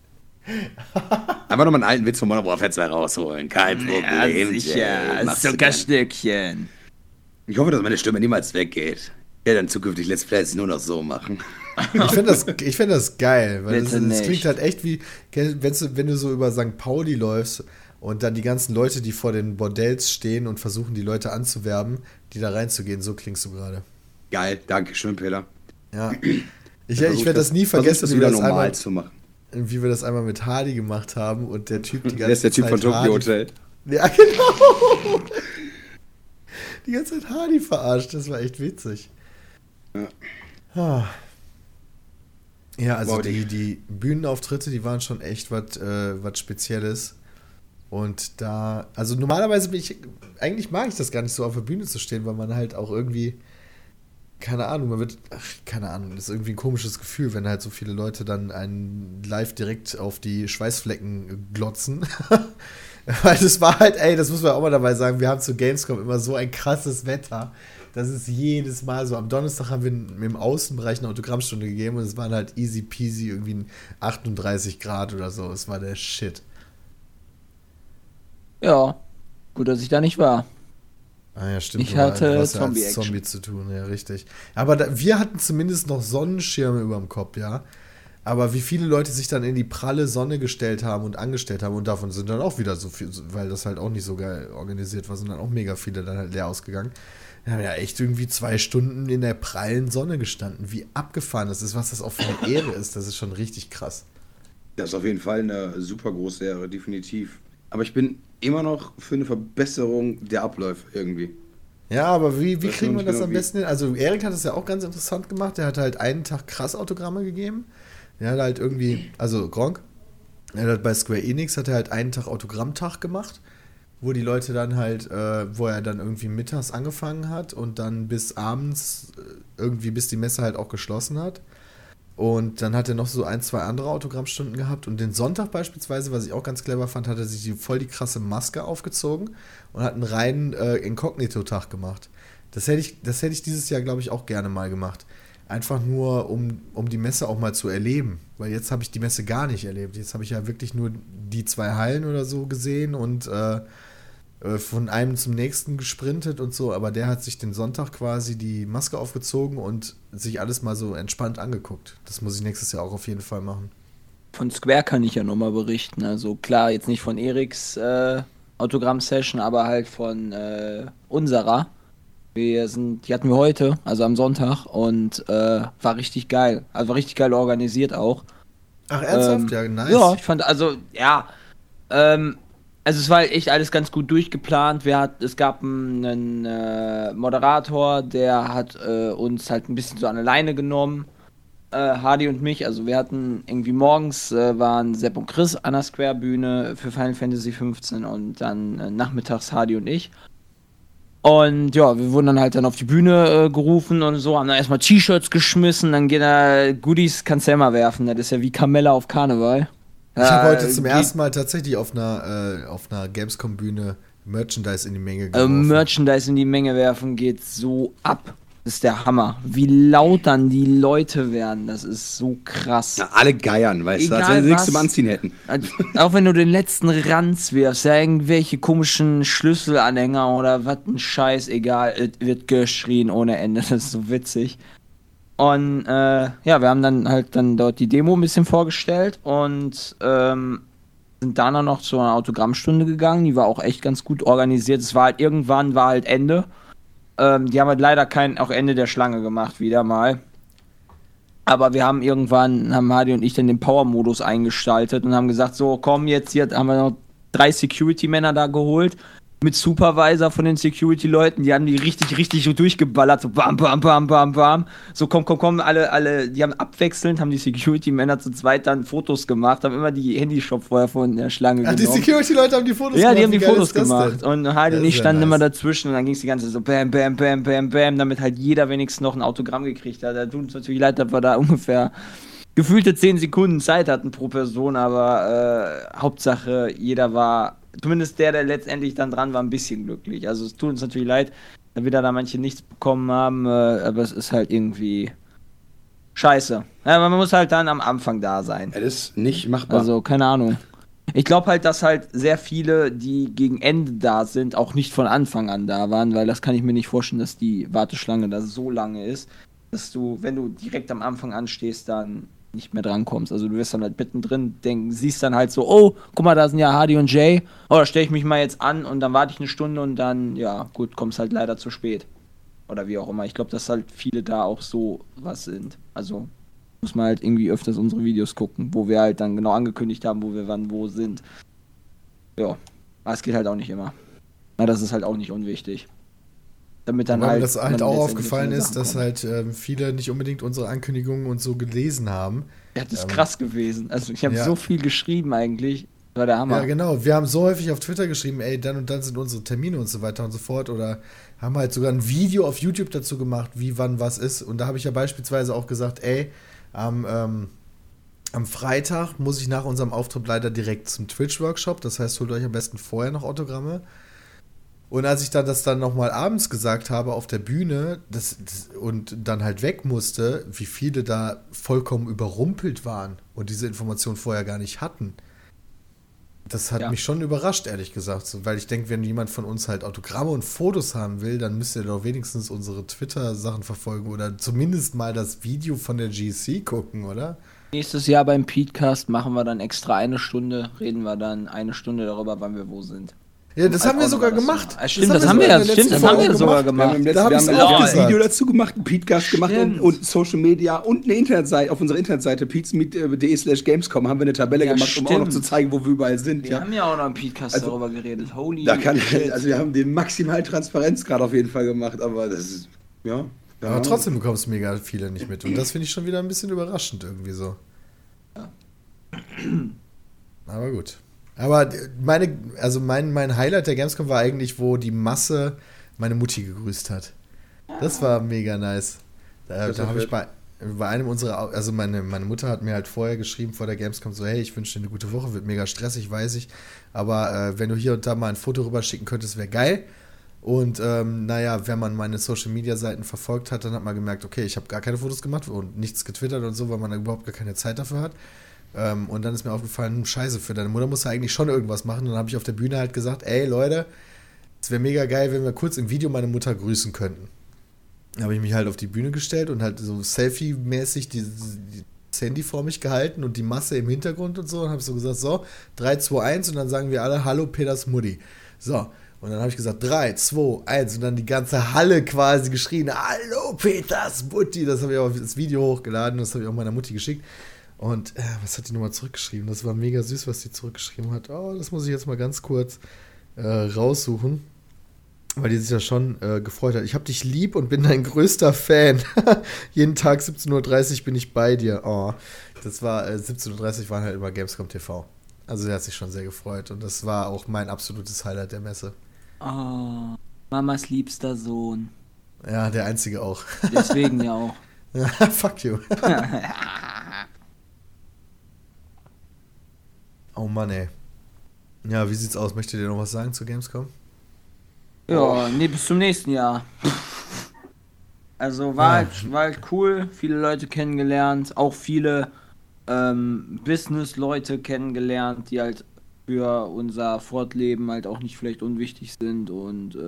Einfach nochmal einen alten Witz von Monobrow Fett 2 rausholen. Kein Problem. Ja, sicher. Zuckerstückchen. Ich hoffe, dass meine Stimme niemals weggeht. Ich werde dann zukünftig Let's Plays nur noch so machen. Ich find das geil, weil das klingt halt echt wie, wenn du so über St. Pauli läufst und dann die ganzen Leute, die vor den Bordells stehen und versuchen, die Leute anzuwerben, die da reinzugehen, so klingst du gerade. Geil, danke schön, Peter. Ja. Ich werde das nie vergessen, wie wir das einmal mit Hardy gemacht haben und der Typ die ganze Zeit. Der ist der Typ von Tokyo Hotel. Ja, genau. Die ganze Zeit Hardy verarscht, das war echt witzig. Ja, also die Bühnenauftritte, die waren schon echt was Spezielles. Und also normalerweise eigentlich mag ich das gar nicht so auf der Bühne zu stehen, weil man halt auch irgendwie, keine Ahnung, das ist irgendwie ein komisches Gefühl, wenn halt so viele Leute dann einen live direkt auf die Schweißflecken glotzen. Weil das war halt, das muss man auch mal dabei sagen, wir haben zu Gamescom immer so ein krasses Wetter. Das ist jedes Mal so. Am Donnerstag haben wir im Außenbereich eine Autogrammstunde gegeben und es waren halt easy peasy, irgendwie 38 Grad oder so. Es war der Shit. Ja, gut, dass ich da nicht war. Ah ja, stimmt. Ich hatte Zombie zu tun, ja, richtig. Aber wir hatten zumindest noch Sonnenschirme über dem Kopf, ja. Aber wie viele Leute sich dann in die pralle Sonne gestellt haben und angestellt haben und davon sind dann auch wieder so viel, weil das halt auch nicht so geil organisiert war, sind dann auch mega viele dann halt leer ausgegangen. Wir haben ja echt irgendwie 2 Stunden in der prallen Sonne gestanden. Wie abgefahren das ist, was das auch für eine Ehre ist, das ist schon richtig krass. Das ist auf jeden Fall eine super große Ehre, definitiv. Aber ich bin immer noch für eine Verbesserung der Abläufe irgendwie. Ja, aber wie kriegen wir das am besten hin? Also Erik hat das ja auch ganz interessant gemacht. Der hat halt einen Tag krass Autogramme gegeben. Der hat halt irgendwie, also Gronk, Bei Square Enix hat er halt einen Tag Autogrammtag gemacht, wo die Leute dann halt, wo er dann irgendwie mittags angefangen hat und dann bis abends, irgendwie bis die Messe halt auch geschlossen hat. Und dann hat er noch so 1, 2 andere Autogrammstunden gehabt. Und den Sonntag beispielsweise, was ich auch ganz clever fand, hat er sich voll die krasse Maske aufgezogen und hat einen reinen Inkognito-Tag gemacht. Das hätte ich dieses Jahr, glaube ich, auch gerne mal gemacht. Einfach nur, um die Messe auch mal zu erleben. Weil jetzt habe ich die Messe gar nicht erlebt. Jetzt habe ich ja wirklich nur die 2 Hallen oder so gesehen und von einem zum nächsten gesprintet und so. Aber der hat sich den Sonntag quasi die Maske aufgezogen und sich alles mal so entspannt angeguckt. Das muss ich nächstes Jahr auch auf jeden Fall machen. Von Square kann ich ja nochmal berichten. Also klar, jetzt nicht von Eriks Autogramm-Session, aber halt von unserer. Die hatten wir heute, also am Sonntag, und war richtig geil. Also war richtig geil organisiert auch. Ach, ernsthaft? Ja, nice. Ja, ich fand, also, ja, also es war halt echt alles ganz gut durchgeplant. Es gab einen Moderator, der hat uns halt ein bisschen so an der Leine genommen. Hardy und mich, also wir hatten irgendwie morgens waren Sepp und Chris an der Square-Bühne für Final Fantasy 15 und dann nachmittags Hardy und ich. Und ja, wir wurden dann halt auf die Bühne gerufen und so, haben dann erstmal T-Shirts geschmissen, dann geht er Goodies, kannst du ja immer werfen, das ist ja wie Kamella auf Karneval. Ich habe heute zum ersten Mal tatsächlich auf einer Gamescom-Bühne Merchandise in die Menge geworfen. Merchandise in die Menge werfen geht so ab. Das ist der Hammer. Wie laut dann die Leute werden, das ist so krass. Ja, alle geiern, weißt du, als Egal wenn sie nichts was. zum Anziehen hätten. Auch wenn du den letzten Ranz wirfst, ja, irgendwelche komischen Schlüsselanhänger oder was ein Scheiß, egal, es wird geschrien ohne Ende, das ist so witzig. Und ja, wir haben dann halt dort die Demo ein bisschen vorgestellt und sind dann noch zu einer Autogrammstunde gegangen, die war auch echt ganz gut organisiert. Es war halt irgendwann, Ende. Die haben halt leider auch Ende der Schlange gemacht, wieder mal. Aber wir haben Hardy und ich dann den Power-Modus eingestaltet und haben gesagt, so komm, jetzt hier haben wir noch 3 Security-Männer da geholt. Mit Supervisor von den Security-Leuten, die haben die richtig so durchgeballert, so bam, bam, bam, bam, bam. So komm, alle, die haben abwechselnd, haben die Security-Männer zu zweit dann Fotos gemacht, haben immer die Handyshop vorher von der Schlange genommen. Die Security-Leute haben die Fotos gemacht? Ja, die haben die Fotos gemacht. Und Hardy und ich standen nice. immer dazwischen und dann ging es die ganze Zeit so bam, bam, bam, bam, bam, damit halt jeder wenigstens noch ein Autogramm gekriegt hat. Da tut uns natürlich leid, dass wir da ungefähr gefühlte 10 Sekunden Zeit hatten pro Person, aber Hauptsache, jeder war, zumindest der letztendlich dann dran war, ein bisschen glücklich. Also es tut uns natürlich leid, dass wir da manche nichts bekommen haben, aber es ist halt irgendwie scheiße. Ja, man muss halt dann am Anfang da sein. Das ist nicht machbar. Also, keine Ahnung. Ich glaube halt, dass halt sehr viele, die gegen Ende da sind, auch nicht von Anfang an da waren, weil das kann ich mir nicht vorstellen, dass die Warteschlange da so lange ist, dass du, wenn du direkt am Anfang anstehst, dann nicht mehr drankommst. Also du wirst dann halt mittendrin siehst dann halt so, oh, guck mal, da sind ja Hardy und Jay. Oh, da stelle ich mich mal jetzt an und dann warte ich eine Stunde und dann, ja, gut, kommst halt leider zu spät. Oder wie auch immer. Ich glaube, dass halt viele da auch so was sind. Also muss man halt irgendwie öfters unsere Videos gucken, wo wir halt dann genau angekündigt haben, wo wir wann wo sind. Ja, aber es geht halt auch nicht immer. Na, das ist halt auch nicht unwichtig. Damit dann Weil halt, mir das halt dann auch letztendlich aufgefallen viele ist, Sachen dass kommen. halt viele nicht unbedingt unsere Ankündigungen und so gelesen haben. Ja, das ist krass gewesen. Also ich habe ja. so viel geschrieben eigentlich. Das war der Hammer. Ja, genau. Wir haben so häufig auf Twitter geschrieben, ey, dann und dann sind unsere Termine und so weiter und so fort. Oder haben halt sogar ein Video auf YouTube dazu gemacht, wie, wann, was ist. Und da habe ich ja beispielsweise auch gesagt, ey, am Freitag muss ich nach unserem Auftritt leider direkt zum Twitch-Workshop. Das heißt, holt euch am besten vorher noch Autogramme. Und als ich dann das dann nochmal abends gesagt habe auf der Bühne und dann halt weg musste, wie viele da vollkommen überrumpelt waren und diese Information vorher gar nicht hatten. Das hat mich schon überrascht, ehrlich gesagt. So, weil ich denke, wenn jemand von uns halt Autogramme und Fotos haben will, dann müsst ihr doch wenigstens unsere Twitter-Sachen verfolgen oder zumindest mal das Video von der GC gucken, oder? Nächstes Jahr beim Petecast machen wir dann extra eine Stunde, reden wir dann eine Stunde darüber, wann wir wo sind. Ja, das haben wir sogar gemacht. Stimmt, das haben wir ja sogar gemacht. Wir haben ein Video dazu gemacht, einen Podcast gemacht Stimmt. und Social Media und eine Internetseite, auf unserer Internetseite peatsmeet.de/gamescom haben wir eine Tabelle gemacht, um auch noch zu zeigen, wo wir überall sind. Wir haben ja auch noch im Petecast darüber geredet. Holy shit. Also wir haben den maximalen Transparenzgrad auf jeden Fall gemacht, aber das ist, ja. Aber trotzdem bekommst du mega viele nicht mit. Und das finde ich schon wieder ein bisschen überraschend irgendwie so. Aber gut. Aber mein Highlight der Gamescom war eigentlich, wo die Masse meine Mutti gegrüßt hat. Das war mega nice. Da habe ich bei einem unserer, also meine Mutter hat mir halt vorher geschrieben vor der Gamescom so, hey, ich wünsche dir eine gute Woche, wird mega stressig, weiß ich, aber wenn du hier und da mal ein Foto rüber schicken könntest, wäre geil. Und wenn man meine Social-Media-Seiten verfolgt hat, dann hat man gemerkt, okay, ich habe gar keine Fotos gemacht und nichts getwittert und so, weil man da überhaupt gar keine Zeit dafür hat. Und dann ist mir aufgefallen, scheiße, für deine Mutter musst du eigentlich schon irgendwas machen. Und dann habe ich auf der Bühne halt gesagt, ey Leute, es wäre mega geil, wenn wir kurz im Video meine Mutter grüßen könnten. Habe ich mich halt auf die Bühne gestellt und halt so Selfie-mäßig das Handy vor mich gehalten und die Masse im Hintergrund und so. Und habe so gesagt, so, 3, 2, 1 und dann sagen wir alle, hallo Peters Mutti. So, und dann habe ich gesagt, 3, 2, 1 und dann die ganze Halle quasi geschrien, hallo Peters Mutti. Das habe ich auch das Video hochgeladen, das habe ich auch meiner Mutti geschickt. Und was hat die nochmal zurückgeschrieben? Das war mega süß, was die zurückgeschrieben hat. Oh, das muss ich jetzt mal ganz kurz raussuchen. Weil die sich ja schon gefreut hat. Ich hab dich lieb und bin dein größter Fan. Jeden Tag 17:30 Uhr bin ich bei dir. Oh, das war 17:30 Uhr waren halt immer Gamescom TV. Also sie hat sich schon sehr gefreut. Und das war auch mein absolutes Highlight der Messe. Oh, Mamas liebster Sohn. Ja, der einzige auch. Deswegen ja auch. Fuck you. Oh Mann, ey. Ja, wie sieht's aus? Möchtet ihr noch was sagen zu Gamescom? Ja, nee, bis zum nächsten Jahr. Also war halt cool, viele Leute kennengelernt, auch viele Business-Leute kennengelernt, die halt für unser Fortleben halt auch nicht vielleicht unwichtig sind und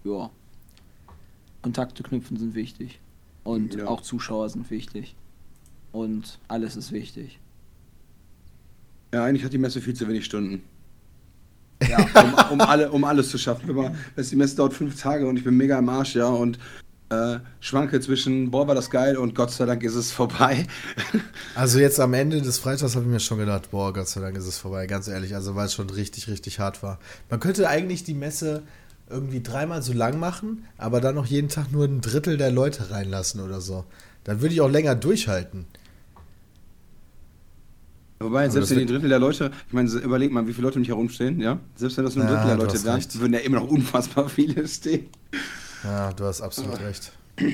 Kontakte knüpfen sind wichtig und auch Zuschauer sind wichtig und alles ist wichtig. Ja, eigentlich hat die Messe viel zu wenig Stunden. Ja. um alles zu schaffen. Die Messe dauert 5 Tage und ich bin mega am Arsch, ja, und schwanke zwischen, boah, war das geil und Gott sei Dank ist es vorbei. Also jetzt am Ende des Freitags habe ich mir schon gedacht, boah, Gott sei Dank ist es vorbei, ganz ehrlich, also weil es schon richtig, richtig hart war. Man könnte eigentlich die Messe irgendwie 3-mal so lang machen, aber dann noch jeden Tag nur 1/3 der Leute reinlassen oder so. Dann würde ich auch länger durchhalten. Wobei, selbst wenn die 1/3 der Leute, ich meine, überleg mal, wie viele Leute um dich herumstehen, ja? Selbst wenn das nur 1/3 der Leute wären, würden ja immer noch unfassbar viele stehen. Ja, du hast absolut recht.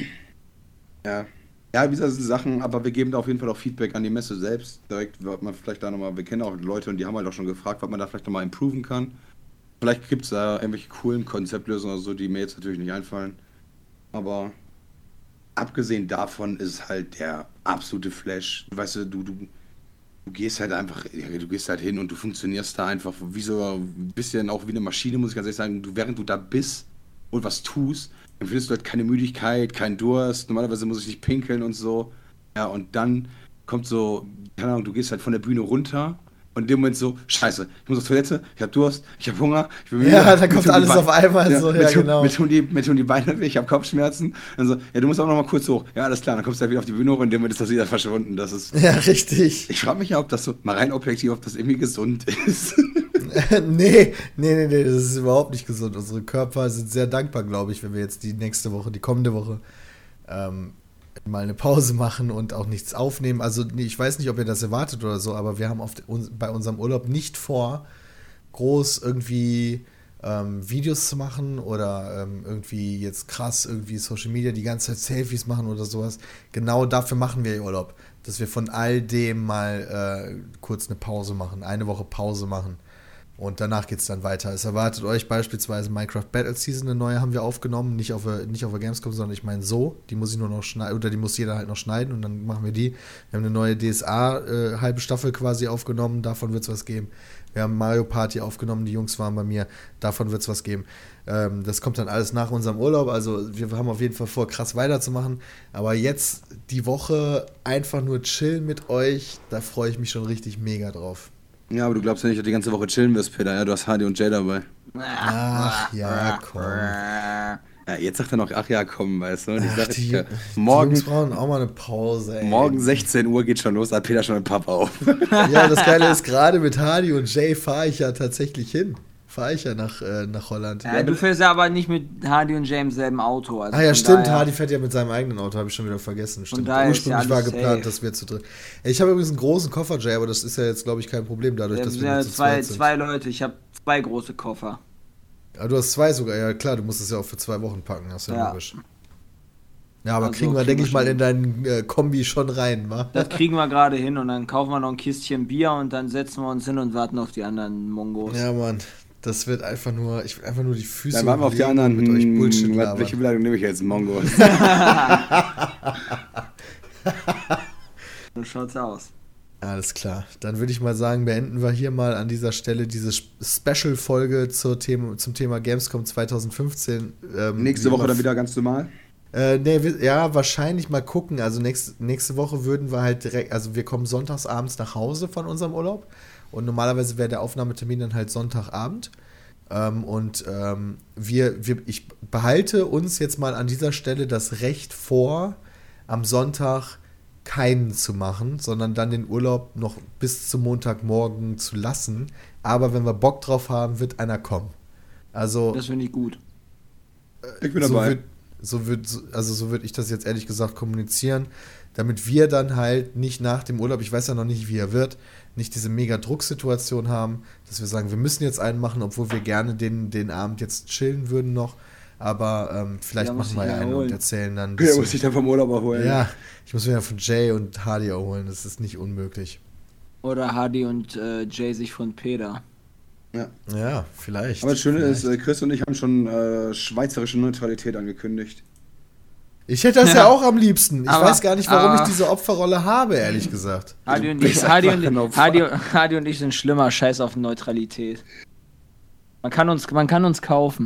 Ja. Ja, wie gesagt, das sind Sachen, aber wir geben da auf jeden Fall auch Feedback an die Messe selbst. Direkt wird man vielleicht da nochmal, wir kennen auch Leute und die haben halt auch schon gefragt, was man da vielleicht nochmal improven kann. Vielleicht gibt es da irgendwelche coolen Konzeptlösungen oder so, die mir jetzt natürlich nicht einfallen. Aber abgesehen davon ist halt der absolute Flash. Weißt du, du gehst halt einfach, du gehst halt hin und du funktionierst da einfach wie so ein bisschen auch wie eine Maschine, muss ich ganz ehrlich sagen. Während du da bist und was tust, empfindest du halt keine Müdigkeit, keinen Durst. Normalerweise muss ich nicht pinkeln und so. Ja, und dann kommt so, keine Ahnung, du gehst halt von der Bühne runter und in dem Moment so, scheiße, ich muss auf Toilette, ich hab Durst, ich hab Hunger, ich bin müde. Ja, dann kommt alles auf einmal ja, so, ja, genau. Mir tun die Beine weh, ich hab Kopfschmerzen. Dann so, ja, du musst auch noch mal kurz hoch. Ja, alles klar, dann kommst du halt wieder auf die Bühne hoch und in dem Moment ist das wieder verschwunden. Das ist... Ja, richtig. Ich frage mich ja, ob das so, mal rein objektiv, ob das irgendwie gesund ist. Nee, das ist überhaupt nicht gesund. Unsere Körper sind sehr dankbar, glaube ich, wenn wir jetzt die kommende Woche, mal eine Pause machen und auch nichts aufnehmen. Also ich weiß nicht, ob ihr das erwartet oder so, aber wir haben bei unserem Urlaub nicht vor, groß irgendwie Videos zu machen oder irgendwie jetzt krass irgendwie Social Media die ganze Zeit Selfies machen oder sowas. Genau dafür machen wir Urlaub, dass wir von all dem mal kurz eine Pause machen, eine Woche Pause machen. Und danach geht es dann weiter. Es erwartet euch beispielsweise Minecraft Battle Season, eine neue haben wir aufgenommen, nicht auf der Gamescom, sondern ich meine so, die muss ich nur noch schneiden, oder die muss jeder halt noch schneiden und dann machen wir die. Wir haben eine neue DSA halbe Staffel quasi aufgenommen, davon wird es was geben. Wir haben Mario Party aufgenommen, die Jungs waren bei mir, davon wird es was geben. Das kommt dann alles nach unserem Urlaub, also wir haben auf jeden Fall vor, krass weiterzumachen. Aber jetzt die Woche einfach nur chillen mit euch, da freue ich mich schon richtig mega drauf. Ja, aber du glaubst ja nicht, dass du die ganze Woche chillen wirst, Peter. Ja, du hast HD und Jay dabei. Ach ja, komm. Ja, jetzt sagt er noch, ach ja, komm, weißt du. Und ich Ach, sag, die morgen Jungs brauchen auch mal eine Pause, ey. Morgen 16 Uhr geht schon los, hat Peter schon einen Pub auf. Ja, das Geile ist, gerade mit Hardy und Jay fahre ich ja tatsächlich hin. fahre ich ja nach Holland. Ja, du fährst ja aber nicht mit Hardy und Jay im selben Auto. Also Ja, von stimmt, daher- Hardy fährt ja mit seinem eigenen Auto, habe ich schon wieder vergessen. Stimmt. daher ist ja Ursprünglich war alles geplant, safe. dass wir zu dritt. Ich habe übrigens einen großen Koffer, Jay, aber das ist ja jetzt, glaube ich, kein Problem, dadurch, Ja, dass wir wir sind nur ja zu zweit sind. zwei Leute, ich habe 2 große Koffer. Aber du hast 2 sogar, ja klar, du musst es ja auch für 2 Wochen packen, das ist ja Ja. logisch. Ja, aber Also kriegen wir, kriegen denke wir ich mal, schon. in deinen Kombi schon rein, wa? Das kriegen wir gerade hin und dann kaufen wir noch ein Kistchen Bier und dann setzen wir uns hin und warten auf die anderen Mongos. Ja, Mann, das wird einfach nur, ich will einfach nur die Füße Dann waren wir auf die hochlegen und anderen. mit euch Bullshit labern. Welche Beleidigung nehme ich jetzt? Mongos. So schaut's aus. Alles klar. Dann würde ich mal sagen, beenden wir hier mal an dieser Stelle diese Special-Folge zum Thema Gamescom 2015. Nächste Woche dann wieder ganz normal. Ja, wahrscheinlich mal gucken. Also nächste Woche würden wir halt direkt, also wir kommen sonntags abends nach Hause von unserem Urlaub und normalerweise wäre der Aufnahmetermin dann halt Sonntagabend. Ich behalte uns jetzt mal an dieser Stelle das Recht vor, am Sonntag keinen zu machen, sondern dann den Urlaub noch bis zum Montagmorgen zu lassen. Aber wenn wir Bock drauf haben, wird einer kommen. Also Das finde ich gut. Ich bin so dabei. so würde ich das jetzt ehrlich gesagt kommunizieren, damit wir dann halt nicht nach dem Urlaub, ich weiß ja noch nicht, wie er wird, nicht diese mega Drucksituation haben, dass wir sagen, wir müssen jetzt einen machen, obwohl wir gerne den Abend jetzt chillen würden noch, aber vielleicht Ja, muss machen wir ich ja ja einen und holen. erzählen dann. Ja, muss ich dann vom Urlaub erholen. Ja, ich muss mir ja von Jay und Hardy erholen, das ist nicht unmöglich. Oder Hardy und Jay sich von Peter. Ja, vielleicht. Aber das Schöne vielleicht. ist, Chris und ich haben schon schweizerische Neutralität angekündigt. Ich hätte das ja auch am liebsten. Ich Aber- weiß gar nicht, warum ich aber- diese Opferrolle habe, ehrlich gesagt. Hardy und, bist ich, Hardy, einfach ein und, Opfer. Hardy und ich sind schlimmer, scheiß auf Neutralität. Man kann uns kaufen.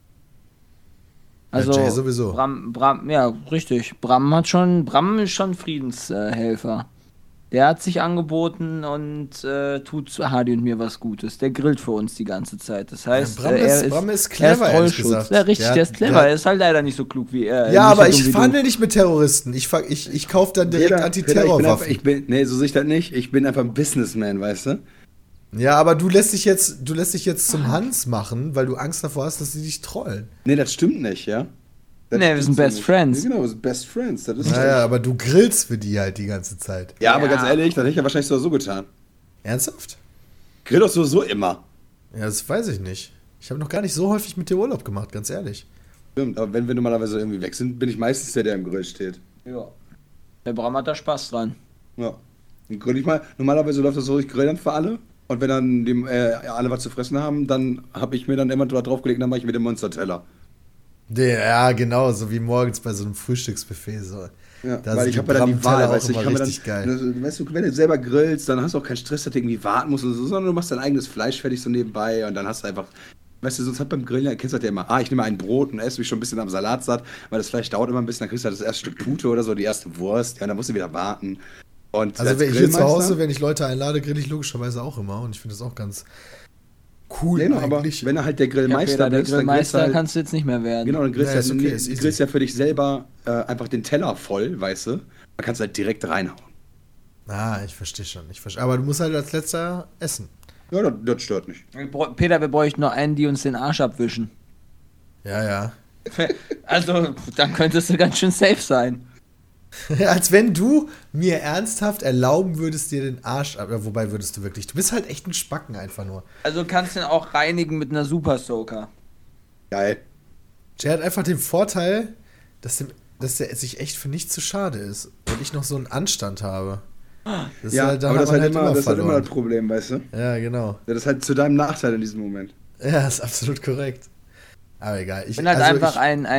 Also, Jay sowieso. Bram, ja, richtig. Bram ist schon Friedenshelfer. Der hat sich angeboten und tut Hardy und mir was Gutes. Der grillt für uns die ganze Zeit. Das heißt, Bram ist er clever, ist ehrlich Trollschutz. gesagt. Ja, richtig, der ist clever. Er ist halt leider nicht so klug wie er. Ja, nicht aber so dumm ich wie du. verhandle nicht mit Terroristen. Ich kaufe dann direkt Antiterrorwaffen. Nee, so sehe ich das nicht. Ich bin einfach ein Businessman, weißt du? Ja, aber du lässt dich jetzt zum Hans machen, weil du Angst davor hast, dass sie dich trollen. Nee, das stimmt nicht, ja? Das Nee, wir stimmt sind so Best nicht. Friends. Ja, genau, wir sind Best Friends. Das ist Naja, aber du grillst für die halt die ganze Zeit. Ja, aber Ja. ganz ehrlich, das hätte ich ja wahrscheinlich so getan. Ernsthaft? Grill doch sowieso immer. Ja, das weiß ich nicht. Ich habe noch gar nicht so häufig mit dir Urlaub gemacht, ganz ehrlich. Stimmt, aber wenn wir normalerweise irgendwie weg sind, bin ich meistens der im Grill steht. Ja. Der Bram hat da Spaß dran. Ja. Dann grill ich mal. Normalerweise läuft das so, ich grill dann für alle. Und wenn dann alle was zu fressen haben, dann habe ich mir dann immer draufgelegt, dann mache ich mir den Monster-Teller. Ja, genau, so wie morgens bei so einem Frühstücksbuffet. So. Ja, Da weil sind ich habe ja dann die Bram-Teller Wahl, auch weißt du, ich immer kann mir dann, richtig geil. weißt du, wenn du selber grillst, dann hast du auch keinen Stress, dass du irgendwie warten musst oder so, sondern du machst dein eigenes Fleisch fertig so nebenbei und dann hast du einfach, weißt du, sonst hat beim Grillen, kennst du das ja immer, ich nehme ein Brot und esse mich schon ein bisschen am Salat satt, weil das Fleisch dauert immer ein bisschen, dann kriegst du halt das erste Stück Pute oder so, die erste Wurst, ja, und dann musst du wieder warten. Und Also als wenn ich hier zu Grillmeister- Hause, wenn ich Leute einlade, grill ich logischerweise auch immer und ich finde das auch ganz cool Genau, aber eigentlich. wenn du halt der Ja, Grillmeister Peter, der bist, dann grillst du Grillmeister halt, kannst du jetzt nicht mehr werden. genau, dann grillst Ja, du ist okay, ist halt, easy. grillst ja für dich selber einfach den Teller voll, weißt du, dann kannst du halt direkt reinhauen. Ich verstehe schon. Aber du musst halt als letzter essen. Ja, das stört nicht. Peter, wir bräuchten noch einen, die uns den Arsch abwischen. Ja, ja. Also, dann könntest du ganz schön safe sein. Als wenn du mir ernsthaft erlauben würdest, dir den Arsch ab. Ja, wobei würdest du wirklich. Du bist halt echt ein Spacken einfach nur. Also kannst du ihn auch reinigen mit einer Super Soaker. Geil. Jay hat einfach den Vorteil, dass der sich echt für nichts zu schade ist. Und ich noch so einen Anstand habe. Das Ja, dann aber hat das man ist halt immer das verloren. Problem, weißt du? Ja, genau. Das ist halt zu deinem Nachteil in diesem Moment. Ja, ist absolut korrekt. Aber egal. Ich bin halt einfach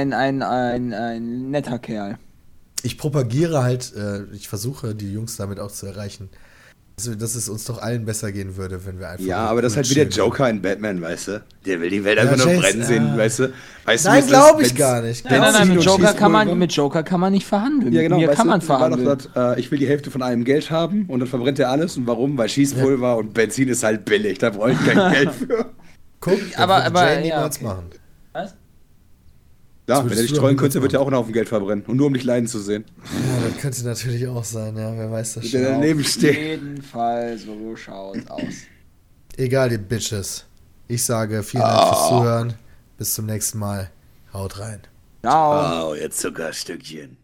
ein netter Kerl. Ich propagiere halt, ich versuche die Jungs damit auch zu erreichen, dass es uns doch allen besser gehen würde, wenn wir einfach. Ja, aber das ist halt wie der chillen. Joker in Batman, weißt du? Der will die Welt Ja, einfach nur Jace, brennen sehen, ja. weißt du? Weißt du, Nein, wie es glaube ist, ich gar nicht. Nein, Glaub mit ich nicht. Joker kann man nicht verhandeln. Ja, genau, Mit mir weißt kann du, man da war doch verhandeln. das, ich will die Hälfte von allem Geld haben und dann verbrennt er alles. Und warum? Weil Schießpulver und Benzin ist halt billig, da brauche ich kein Geld für. Guck, Aber- das würde aber- Jay ja, niemals okay. machen. Was? Ja, würdest wenn er dich du trollen doch könnte, wird er machen. auch einen Haufen Geld verbrennen. Und nur um dich leiden zu sehen. Ja, das könnte natürlich auch sein, ja, wer weiß das Der schon. daneben Auf steht. jeden Fall, so schaut's aus. Egal, ihr Bitches. Ich sage vielen Dank fürs Zuhören. Bis zum nächsten Mal. Haut rein. Ciao. Oh, ihr Zuckerstückchen.